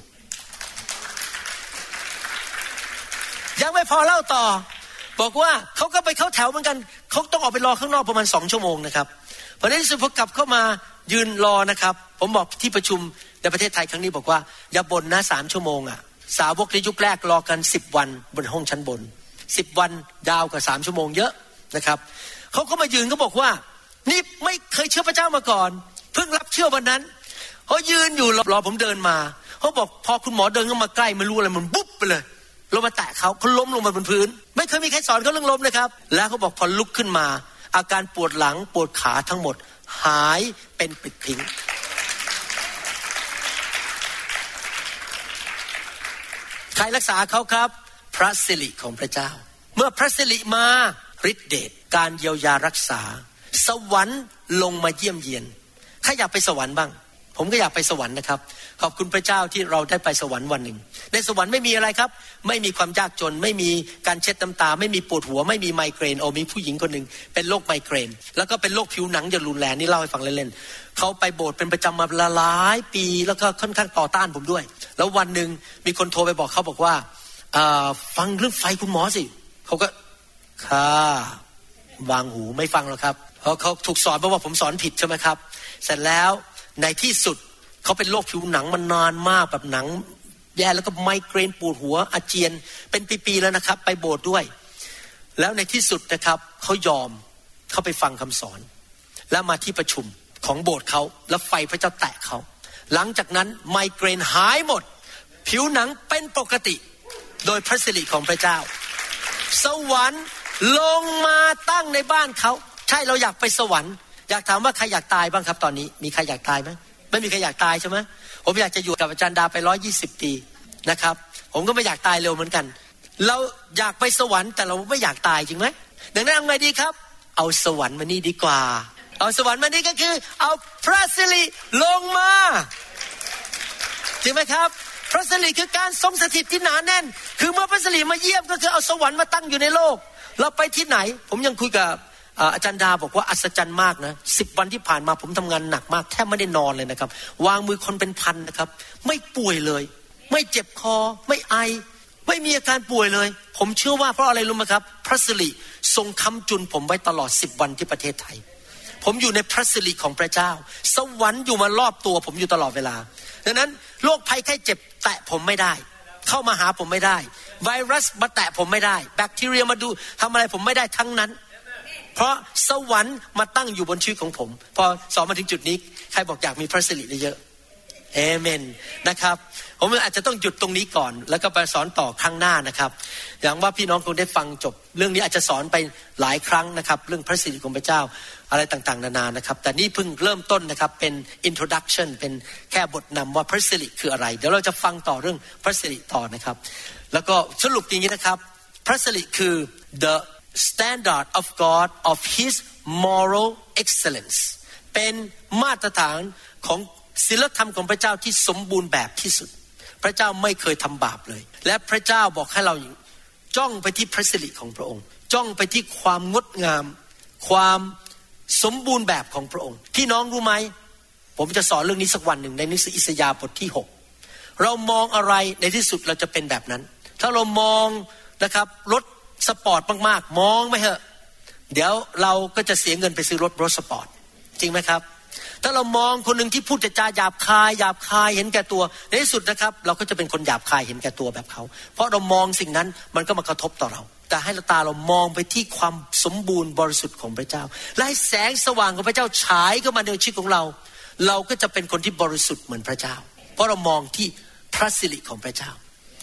ยังไม่พอเล่าต่อบอกว่าเขาก็ไปเข้าแถวเหมือนกันเขาต้องออกไปรอข้างนอกประมาณ2 ชั่วโมงนะครับพอในที่สุดพอกลับเข้ามายืนรอนะครับผมบอกที่ประชุมในประเทศไทยครั้งนี้บอกว่าอย่าบ่นนะ3 ชั่วโมงสาวกในยุคแรกรอกัน10 วันบนห้องชั้นบน10 วันยาวกว่า3 ชั่วโมงเยอะนะครับเขาก็มายืนเขาบอกว่านี่ไม่เคยเชื่อพระเจ้ามาก่อนเพิ่งรับเชื่อวันนั้นเขายืนอยู่รอผมเดินมาเขาบอกพอคุณหมอเดินเข้ามาใกล้ไม่รู้อะไรมันบุ๊บไปเลยลงมาแตะเขาล้มลงมาบนพื้นไม่เคยมีใครสอนเขาเรื่องล้มนะครับแล้วเขาบอกพอลุกขึ้นมาอาการปวดหลังปวดขาทั้งหมดหายเป็นปลิดทิ้งใครรักษาเขาครับพระสิริของพระเจ้าเมื่อพระสิริมาฤทธิเดชการเยียวยารักษาสวรรค์ลงมาเยี่ยมเยียนใครอยากไปสวรรค์บ้างผมก็อยากไปสวรรค์นะครับขอบคุณพระเจ้าที่เราได้ไปสวรรค์วันหนึ่งในสวรรค์ไม่มีอะไรครับไม่มีความยากจนไม่มีการเช็ดน้ำตาไม่มีปวดหัวไม่มีไมเกรนมีผู้หญิงคนหนึ่งเป็นโรคไมเกรนแล้วก็เป็นโรคผิวหนังอย่างรุนแรงนี่เล่าให้ฟังเล่นๆเขาไปโบสถ์เป็นประจำมาหลายปีแล้วก็ค่อนข้างต่อต้านผมด้วยแล้ววันหนึ่งมีคนโทรไปบอกเขาบอกว่าฟังเรื่องไฟคุณหมอสิเขาก็วางหูไม่ฟังหรอกครับเพราะเขาถูกสอนเพราะว่าผมสอนผิดใช่ไหมครับเสร็จแล้วในที่สุดเขาเป็นโรคผิวหนังมานานมากแบบหนังแย่แล้วก็ไมเกรนปวดหัวอาเจียนเป็นปีๆแล้วนะครับไปโบสถ์ด้วยแล้วในที่สุดนะครับเขายอมเข้าไปฟังคำสอนแล้วมาที่ประชุมของโบสถ์เขาแล้วไฟพระเจ้าแตะเขาหลังจากนั้นไมเกรนหายหมดผิวหนังเป็นปกติโดยพระสิริของพระเจ้าสวรรค์ลงมาตั้งในบ้านเขาใช่เราอยากไปสวรรค์อยากถามว่าใครอยากตายบ้างครับตอนนี้มีใครอยากตายไหมไม่มีใครอยากตายใช่ไหมผมอยากจะอยู่กับอาจารย์ดาไป120 ปีนะครับผมก็ไม่อยากตายเร็วเหมือนกันเราอยากไปสวรรค์แต่เราไม่อยากตายจริงไหมดังนั้นเอาไงดีครับเอาสวรรค์มานี่ดีกว่าเอาสวรรค์มานี่ก็คือเอาพระสิริลงมาจริงไหมครับพระสิริคือการทรงสถิตที่หนาแน่นคือเมื่อพระสิริมาเยี่ยมก็คือเอาสวรรค์มาตั้งอยู่ในโลกเราไปที่ไหนผมยังคุยกับอาจารย์ดาบอกว่าอัศจรรย์มากนะ10 วันที่ผ่านมาผมทำงานหนักมากแทบไม่ได้นอนเลยนะครับวางมือคนเป็นพันนะครับไม่ป่วยเลยไม่เจ็บคอไม่ไอไม่มีอาการป่วยเลยผมเชื่อว่าเพราะอะไรรู้ไหมครับพระสิริทรงค้ำจุนผมไว้ตลอด10 วันที่ประเทศไทยผมอยู่ในพระสิริของพระเจ้าสวรรค์อยู่มารอบตัวผมอยู่ตลอดเวลาดังนั้นโรคภัยไข้เจ็บแตะผมไม่ได้เข้ามาหาผมไม่ได้ไวรัสมาแตะผมไม่ได้แบคทีเรียมาดูทำอะไรผมไม่ได้ทั้งนั้นเพราะสวรรค์มาตั้งอยู่บนชีวิตของผมพอสอนมาถึงจุดนี้ใครบอกอยากมีพระสิริเยอะเอเมนนะครับผมอาจจะต้องหยุดตรงนี้ก่อนแล้วก็ไปสอนต่อครั้งหน้านะครับอย่างว่าพี่น้องคงได้ฟังจบเรื่องนี้อาจจะสอนไปหลายครั้งนะครับเรื่องพระสิริของพระเจ้าอะไรต่างๆนานานะครับแต่นี่เพิ่งเริ่มต้นนะครับเป็น introduction เป็นแค่บทนำว่าพระสิริคืออะไรเดี๋ยวเราจะฟังต่อเรื่องพระสิริต่อนะครับแล้วก็สรุปอย่างนี้นะครับพระสิริคือ the standard of God of His moral excellence เป็นมาตรฐานของศีลธรรมของพระเจ้าที่สมบูรณ์แบบที่สุดพระเจ้าไม่เคยทำบาปเลยและพระเจ้าบอกให้เราจ้องไปที่พระสิริของพระองค์จ้องไปที่ความงดงามความสมบูรณ์แบบของพระองค์พี่น้องรู้ไหมผมจะสอนเรื่องนี้สักวันหนึ่งในหนังสืออิสยาห์บทที่6เรามองอะไรในที่สุดเราจะเป็นแบบนั้นถ้าเรามองนะครับรถสปอร์ตมากๆมองไม่เหอะเดี๋ยวเราก็จะเสียเงินไปซื้อรถสปอร์ตจริงไหมครับถ้าเรามองคนหนึ่งที่พูดจาหยาบคายเห็นแก่ตัวในที่สุดนะครับเราก็จะเป็นคนหยาบคายเห็นแก่ตัวแบบเขาเพราะเรามองสิ่งนั้นมันก็มากระทบต่อเราแต่ให้ตาเรามองไปที่ความสมบูรณ์บริสุทธิ์ของพระเจ้าและให้แสงสว่างของพระเจ้าฉายเข้ามาในชีวิตของเราเราก็จะเป็นคนที่บริสุทธิ์เหมือนพระเจ้าเพราะเรามองที่พระสิริของพระเจ้า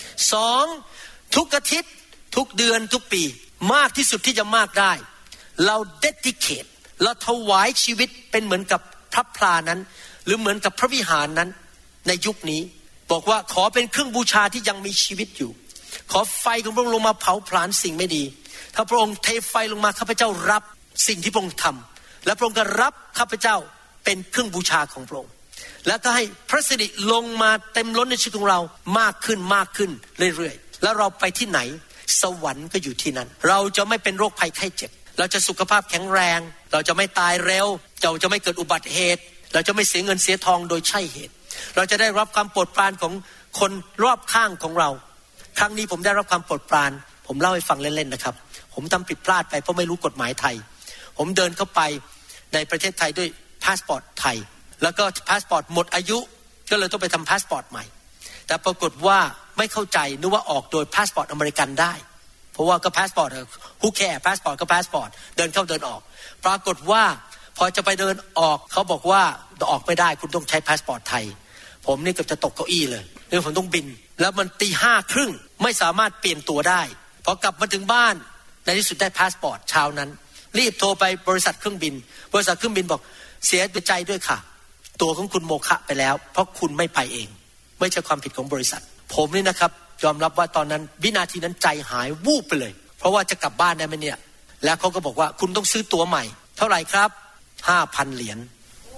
2ทุกอาทิตย์ทุกเดือนทุกปีมากที่สุดที่จะมากได้เรา dedicate เราถวายชีวิตเป็นเหมือนกับพระพลานั้นหรือเหมือนกับพระวิหารนั้นในยุคนี้บอกว่าขอเป็นเครื่องบูชาที่ยังมีชีวิตอยู่ขอไฟของพระองค์ลงมาเผาผลาญสิ่งไม่ดีถ้าพระองค์เทไฟลงมาข้าพเจ้ารับสิ่งที่พระองค์ทำและพระองค์ก็รับข้าพเจ้าเป็นเครื่องบูชาของพระองค์แล้วก็ให้พระสิริลงมาเต็มล้นในชีวิตของเรามากขึ้นเรื่อยๆแล้วเราไปที่ไหนสวรรค์ก็อยู่ที่นั้นเราจะไม่เป็นโรคภัยไข้เจ็บเราจะสุขภาพแข็งแรงเราจะไม่ตายเร็วเราจะไม่เกิดอุบัติเหตุเราจะไม่เสียเงินเสียทองโดยใช่เหตุเราจะได้รับความโปรดปรานของคนรอบข้างของเราครั้งนี้ผมได้รับความโปรดปรานผมเล่าให้ฟังเล่นๆนะครับผมทำผิดพลาดไปเพราะไม่รู้กฎหมายไทยผมเดินเข้าไปในประเทศไทยด้วยพาสปอร์ตไทยแล้วก็พาสปอร์ตหมดอายุก็เลยต้องไปทำพาสปอร์ตใหม่แต่ปรากฏว่าไม่เข้าใจนึกว่าออกโดยพาสปอร์ตอเมริกันได้เพราะว่าก็พาสปอร์ตฮูแคร์พาสปอร์ตก็พาสปอร์ตเดินเข้าเดินออกปรากฏว่าพอจะไปเดินออกเขาบอกว่าออกไม่ได้คุณต้องใช้พาสปอร์ตไทยผมนี่เกือบจะตกเก้าอี้เลยเรื่องผมต้องบินแล้วมันตี 5:30ไม่สามารถเปลี่ยนตั๋วได้พอกลับมาถึงบ้านในที่สุดได้พาสปอร์ตเช้านั้นรีบโทรไปบริษัทเครื่องบินบริษัทเครื่องบินบอกเสียใจด้วยค่ะตั๋วของคุณโมฆะไปแล้วเพราะคุณไม่ไปเองไม่ใช่ความผิดของบริษัทผมนี่นะครับยอมรับว่าตอนนั้นวินาทีนั้นใจหายวูบไปเลยเพราะว่าจะกลับบ้านได้ไหมเนี่ยแล้วเขาก็บอกว่าคุณต้องซื้อตั๋วใหม่เท่าไหร่ครับ 5,000 เหรียญ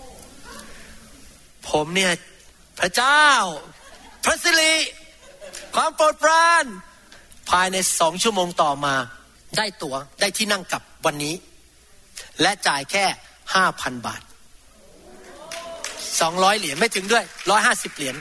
ผมเนี่ยพระเจ้าพระสิริความโปรดปรานภายใน2 ชั่วโมงต่อมาได้ตั๋วได้ที่นั่งกลับวันนี้และจ่ายแค่ 5,000 บาท200 เหรียญไม่ถึงด้วย150 เหรียญ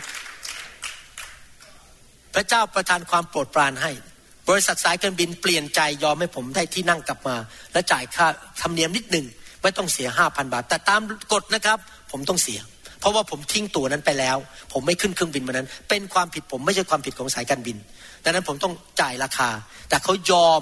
พระเจ้าประทานความโปรดปรานให้บริษัทสายการบินเปลี่ยนใจยอมให้ผมได้ที่นั่งกลับมาและจ่ายค่าธรรมเนียมนิดนึงไม่ต้องเสีย 5,000 บาทแต่ตามกฎนะครับผมต้องเสียเพราะว่าผมทิ้งตั๋วนั้นไปแล้วผมไม่ขึ้นเครื่องบินวันนั้นเป็นความผิดผมไม่ใช่ความผิดของสายการบินดังนั้นผมต้องจ่ายราคาแต่เขายอมที่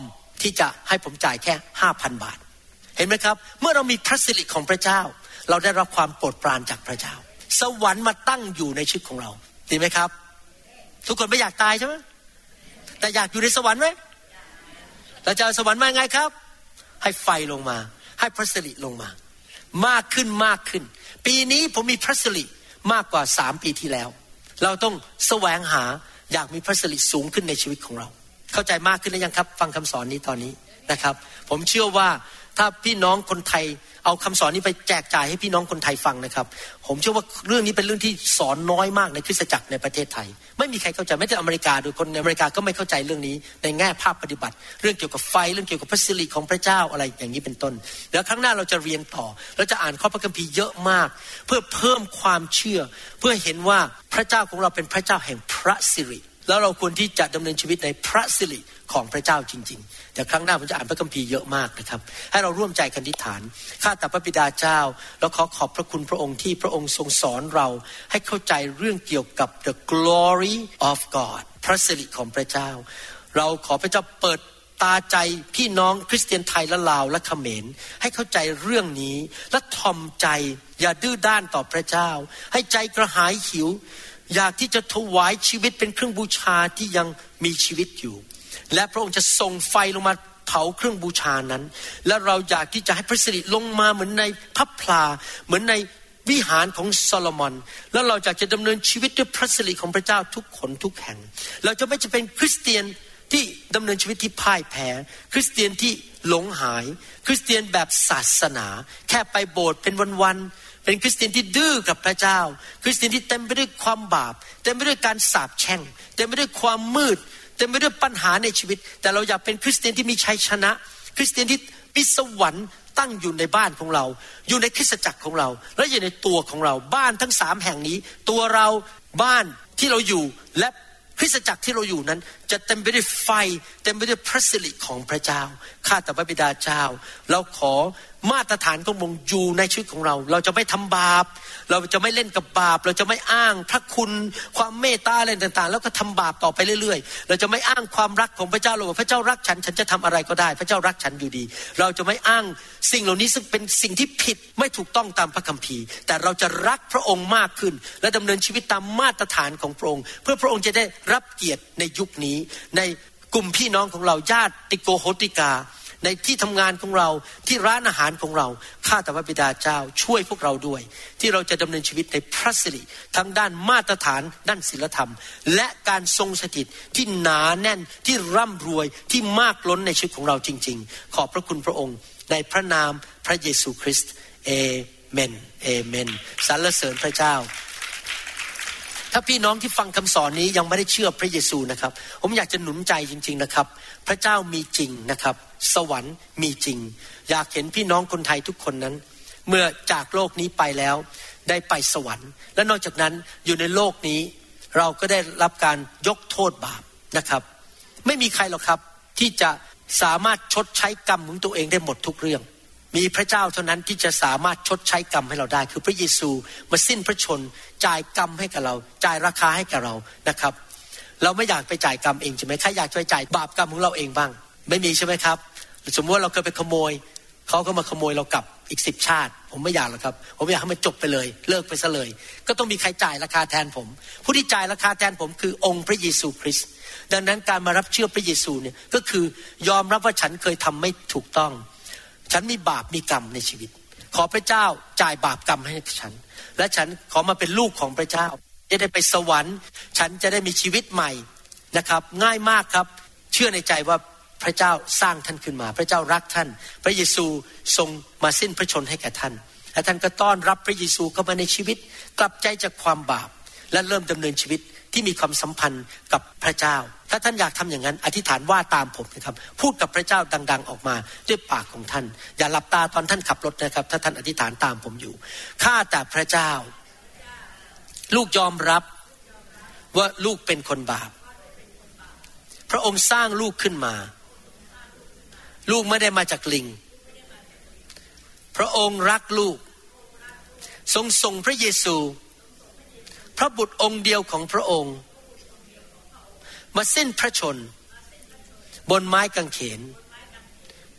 ที่จะให้ผมจ่ายแค่ 5,000 บาทเห็นไหมครับเมื่อเรามีพระสิริของพระเจ้าเราได้รับความโปรดปรานจากพระเจ้าสวรรค์มาตั้งอยู่ในชีวิตของเราดีไหมครับทุกคนไม่อยากตายใช่ไหมแต่อยากอยู่ในสวรรค์ไหมเราจะเอาสวรรค์มาไงครับให้ไฟลงมาให้พระสิริลงมามากขึ้นมากขึ้นปีนี้ผมมีพระสิริมากกว่า3 ปีที่แล้วเราต้องแสวงหาอยากมีพระสิริสูงขึ้นในชีวิตของเราเข้าใจมากขึ้นหรือยังครับฟังคำสอนนี้ตอนนี้นะครับผมเชื่อว่าถ้าพี่น้องคนไทยเอาคำสอนนี้ไปแจกจ่ายให้พี่น้องคนไทยฟังนะครับผมเชื่อว่าเรื่องนี้เป็นเรื่องที่สอนน้อยมากในคริสตจักรในประเทศไทยไม่มีใครเข้าใจแม้แต่อเมริกาโดยคนในอเมริกาก็ไม่เข้าใจเรื่องนี้ในแง่ภาคปฏิบัติเรื่องเกี่ยวกับไฟเรื่องเกี่ยวกับพระสิริของพระเจ้าอะไรอย่างนี้เป็นต้นแล้วครั้งหน้าเราจะเรียนต่อเราจะอ่านข้อพระคัมภีร์เยอะมากเพื่อเพิ่มความเชื่อเพื่อเห็นว่าพระเจ้าของเราเป็นพระเจ้าแห่งพระสิริแล้วเราควรที่จะดำเนินชีวิตในพระสิริของพระเจ้าจริงๆแต่ครั้งหน้าผมจะอ่านพระคัมภีร์เยอะมากนะครับให้เราร่วมใจกันอธิษฐานข้าแต่พระบิดาเจ้าเราขอบพระคุณพระองค์ที่พระองค์ทรงสอนเราให้เข้าใจเรื่องเกี่ยวกับ the glory of God พระสิริของพระเจ้าเราขอพระเจ้าเปิดตาใจพี่น้องคริสเตียนไทยและลาวและเขมรให้เข้าใจเรื่องนี้และถ่อมใจอย่าดื้อด้านต่อพระเจ้าให้ใจกระหายหิวอยากที่จะถวายชีวิตเป็นเครื่องบูชาที่ยังมีชีวิตอยู่และพระองค์จะส่งไฟลงมาเผาเครื่องบูชานั้นและเราอยากที่จะให้พระสิริลงมาเหมือนในพระพลาเหมือนในวิหารของโซโลมอนแล้วเราอยากจะดำเนินชีวิตด้วยพระสิริของพระเจ้าทุกคนทุกแห่งเราจะไม่จะเป็นคริสเตียนที่ดำเนินชีวิตที่พ่ายแพ้คริสเตียนที่หลงหายคริสเตียนแบบศาสนาแค่ไปโบสถ์เป็นวันๆเป็นคริสเตียนที่ดื้อกับพระเจ้าคริสเตียนที่เต็มไปด้วยความบาปเต็มไปด้วยการสาปแช่งเต็มไปด้วยความมืดเต็มไปด้วยปัญหาในชีวิตแต่เราอยากเป็นคริสเตียนที่มีชัยชนะคริสเตียนที่มีสวรรค์ตั้งอยู่ในบ้านของเราอยู่ในคริสตจักรของเราและอยู่ในตัวของเราบ้านทั้ง3แห่งนี้ตัวเราบ้านที่เราอยู่และคริสตจักรที่เราอยู่นั้นจะเต็มไปด้วยไฟเต็มไปด้วยพระสิริของพระเจ้าข้าแต่พระบิดาเจ้าเราขอมาตรฐานของพระองค์อยู่ในชีวิตของเราจะไม่ทำบาปเราจะไม่เล่นกับบาปเราจะไม่อ้างพระคุณความเมตตาอะไรต่างๆแล้วก็ทำบาปต่อไปเรื่อยๆเราจะไม่อ้างความรักของพระเจ้าเราว่าพระเจ้ารักฉันจะทำอะไรก็ได้พระเจ้ารักฉันอยู่ดีเราจะไม่อ้างสิ่งเหล่านี้ซึ่งเป็นสิ่งที่ผิดไม่ถูกต้องตามพระคัมภีร์แต่เราจะรักพระองค์มากขึ้นและดำเนินชีวิตตามมาตรฐานของพระองค์เพื่อพระองค์จะได้รับเกียรติในยุคนี้ในกลุ่มพี่น้องของเราญาติโกโหติกาในที่ทำงานของเราที่ร้านอาหารของเราข้าแต่พระบิดาเจ้าช่วยพวกเราด้วยที่เราจะดำเนินชีวิตในพระสิริทั้งด้านมาตรฐานด้านศีลธรรมและการทรงสถิตที่หนาแน่นที่ร่ำรวยที่มากล้นในชีวิตของเราจริงๆขอบพระคุณพระองค์ในพระนามพระเยซูคริสต์เอเมนเอเมนสรรเสริญพระเจ้าถ้าพี่น้องที่ฟังคำสอนนี้ยังไม่ได้เชื่อพระเยซูนะครับผมอยากจะหนุนใจจริงๆนะครับพระเจ้ามีจริงนะครับสวรรค์มีจริงอยากเห็นพี่น้องคนไทยทุกคนนั้นเมื่อจากโลกนี้ไปแล้วได้ไปสวรรค์และนอกจากนั้นอยู่ในโลกนี้เราก็ได้รับการยกโทษบาปนะครับไม่มีใครหรอกครับที่จะสามารถชดใช้กรรมของตัวเองได้หมดทุกเรื่องมีพระเจ้าเท่านั้นที่จะสามารถชดใช้กรรมให้เราได้คือพระเยซูมาสิ้นพระชนจ่ายกรรมให้กับเราจ่ายราคาให้กับเรานะครับเราไม่อยากไปจ่ายกรรมเองใช่ไหมใครอยากไปจ่ายบาปกรรมของเราเองบ้างไม่มีใช่ไหมครับสมมติว่าเราเคยไปขโมยเขาก็มาขโมยเรากลับอีก10 ชาติผมไม่อยากหรอกครับผมอยากให้มันจบไปเลยเลิกไปซะเลยก็ต้องมีใครจ่ายราคาแทนผมผู้ที่จ่ายราคาแทนผมคือองค์พระเยซูคริสต์ดังนั้นการมารับเชื่อพระเยซูเนี่ยก็คือยอมรับว่าฉันเคยทำไม่ถูกต้องฉันมีบาปมีกรรมในชีวิตขอพระเจ้าจ่ายบาปกรรมให้ฉันและฉันขอมาเป็นลูกของพระเจ้าจะได้ไปสวรรค์ฉันจะได้มีชีวิตใหม่นะครับง่ายมากครับเชื่อในใจว่าพระเจ้าสร้างท่านขึ้นมาพระเจ้ารักท่านพระเยซูทรงมาสิ้นพระชนให้แก่ท่านและท่านก็ต้อนรับพระเยซูเข้ามาในชีวิตกลับใจจากความบาปและเริ่มดำเนินชีวิตที่มีความสัมพันธ์กับพระเจ้าถ้าท่านอยากทำอย่างนั้นอธิษฐานว่าตามผมนะครับพูดกับพระเจ้าดังๆออกมาด้วยปากของท่านอย่าหลับตาตอนท่านขับรถนะครับถ้าท่านอธิษฐานตามผมอยู่ข้าแต่พระเจ้าลูกยอมรับว่าลูกเป็นคนบาปพระองค์สร้างลูกขึ้นมาลูกไม่ได้มาจากลิงพระองค์รักลูกทรงส่งพระเยซูพระบุตรองค์เดียวของพระองค์มาสิ้นพระชนบนไม้กางเขน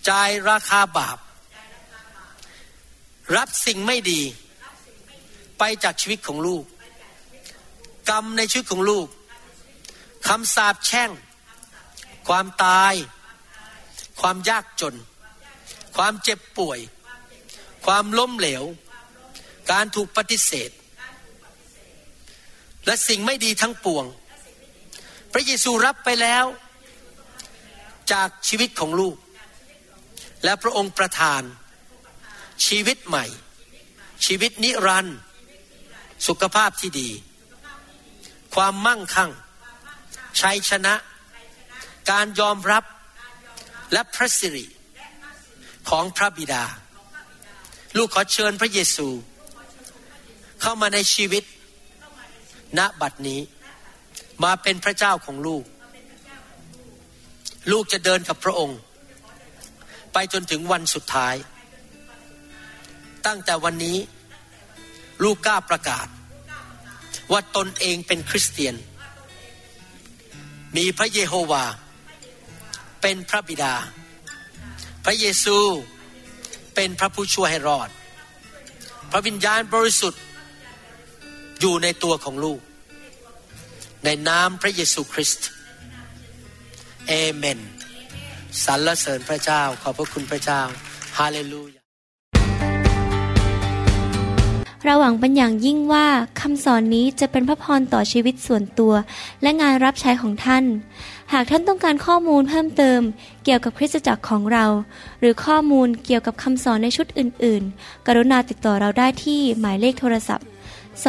จ่ายราคาบาปรับสิ่งไม่ดีไปจากชีวิตของลูกกรรมในชีวิตของลูกคำสาปแช่งความตายความยากจนความเจ็บป่วยความล้มเหลวการถูกปฏิเสธและสิ่งไม่ดีทั้งปวงพระเยซูรับไปแล้วจากชีวิตของลูกและพระองค์ประทานชีวิตใหม่ชีวิตนิรันดร์สุขภาพที่ดีความมั่งคั่งชัยชนะการยอมรับและพระสิริของพระบิดาลูกขอเชิญพระเยซูเข้ามาในชีวิตณบัดนี้มาเป็นพระเจ้าของลูกลูกจะเดินกับพระองค์ไปจนถึงวันสุดท้ายตั้งแต่วันนี้ลูกกล้าประกาศว่าตนเองเป็นคริสเตียนมีพระเยโฮวาเป็นพระบิดาพระเยซูเป็นพระผู้ช่วยให้รอดพระวิญญาณบริสุทธิ์อยู่ในตัวของลูกในนามพระเยซูคริสต์เอเมนสรรเสริญพระเจ้าขอบพระคุณพระเจ้าฮาเลลูยา
เราหวังเป็นอย่างยิ่งว่าคำสอนนี้จะเป็นพระพรต่อชีวิตส่วนตัวและงานรับใช้ของท่านหากท่านต้องการข้อมูลเพิ่มเติมเกี่ยวกับคริสตจักรของเราหรือข้อมูลเกี่ยวกับคำสอนในชุดอื่นๆกรุณาติดต่อเราได้ที่หมายเลขโทรศัพท์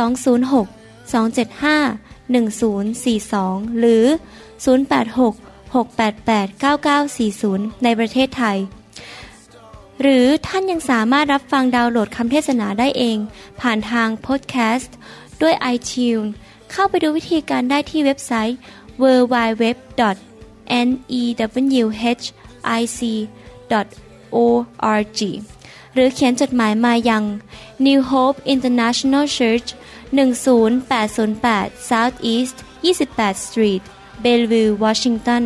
206-275-1042หรือ086-688-9940ในประเทศไทยหรือท่านยังสามารถรับฟังดาวน์โหลดคำเทศนาได้เองผ่านทางพอดแคสต์ด้วย iTunes เข้าไปดูวิธีการได้ที่เว็บไซต์ www.newhic.org หรือเขียนจดหมายมายัง New Hope International Church 10808 South East 28th Street Bellevue Washington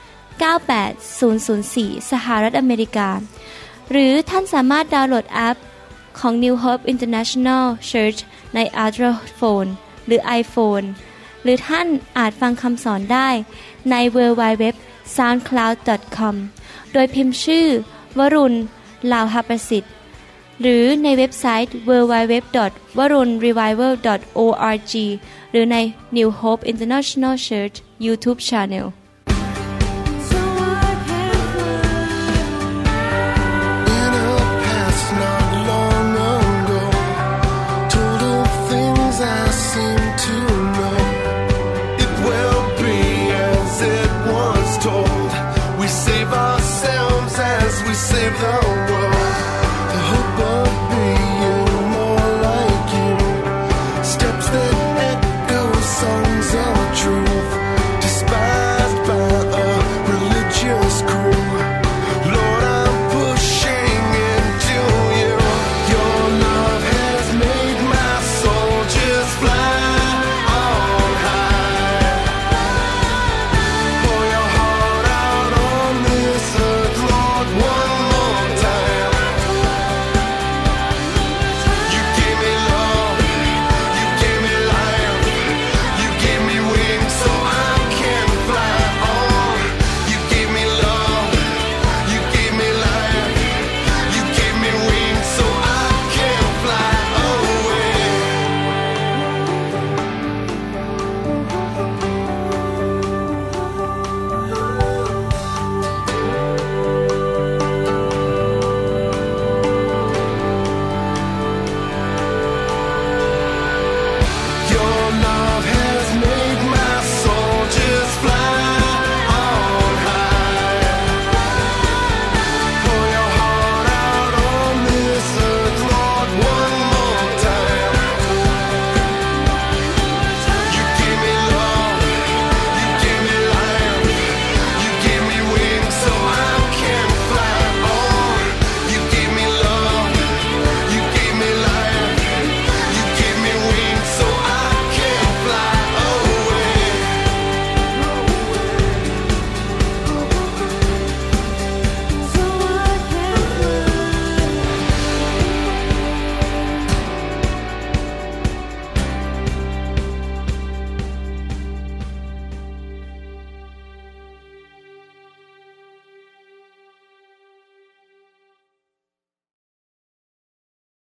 98004 สหรัฐอเมริกาหรือท่านสามารถดาวน์โหลดแอปของ New Hope International Church ใน Android Phone หรือ iPhone หรือท่านอาจฟังคำสอนได้ใน www.soundcloud.com โดยพิมพ์ชื่อวรุณ ลาวหประสิทธิ์หรือในเว็บไซต์ www.warunrevival.org หรือใน New Hope International Church YouTube Channel
Save the world.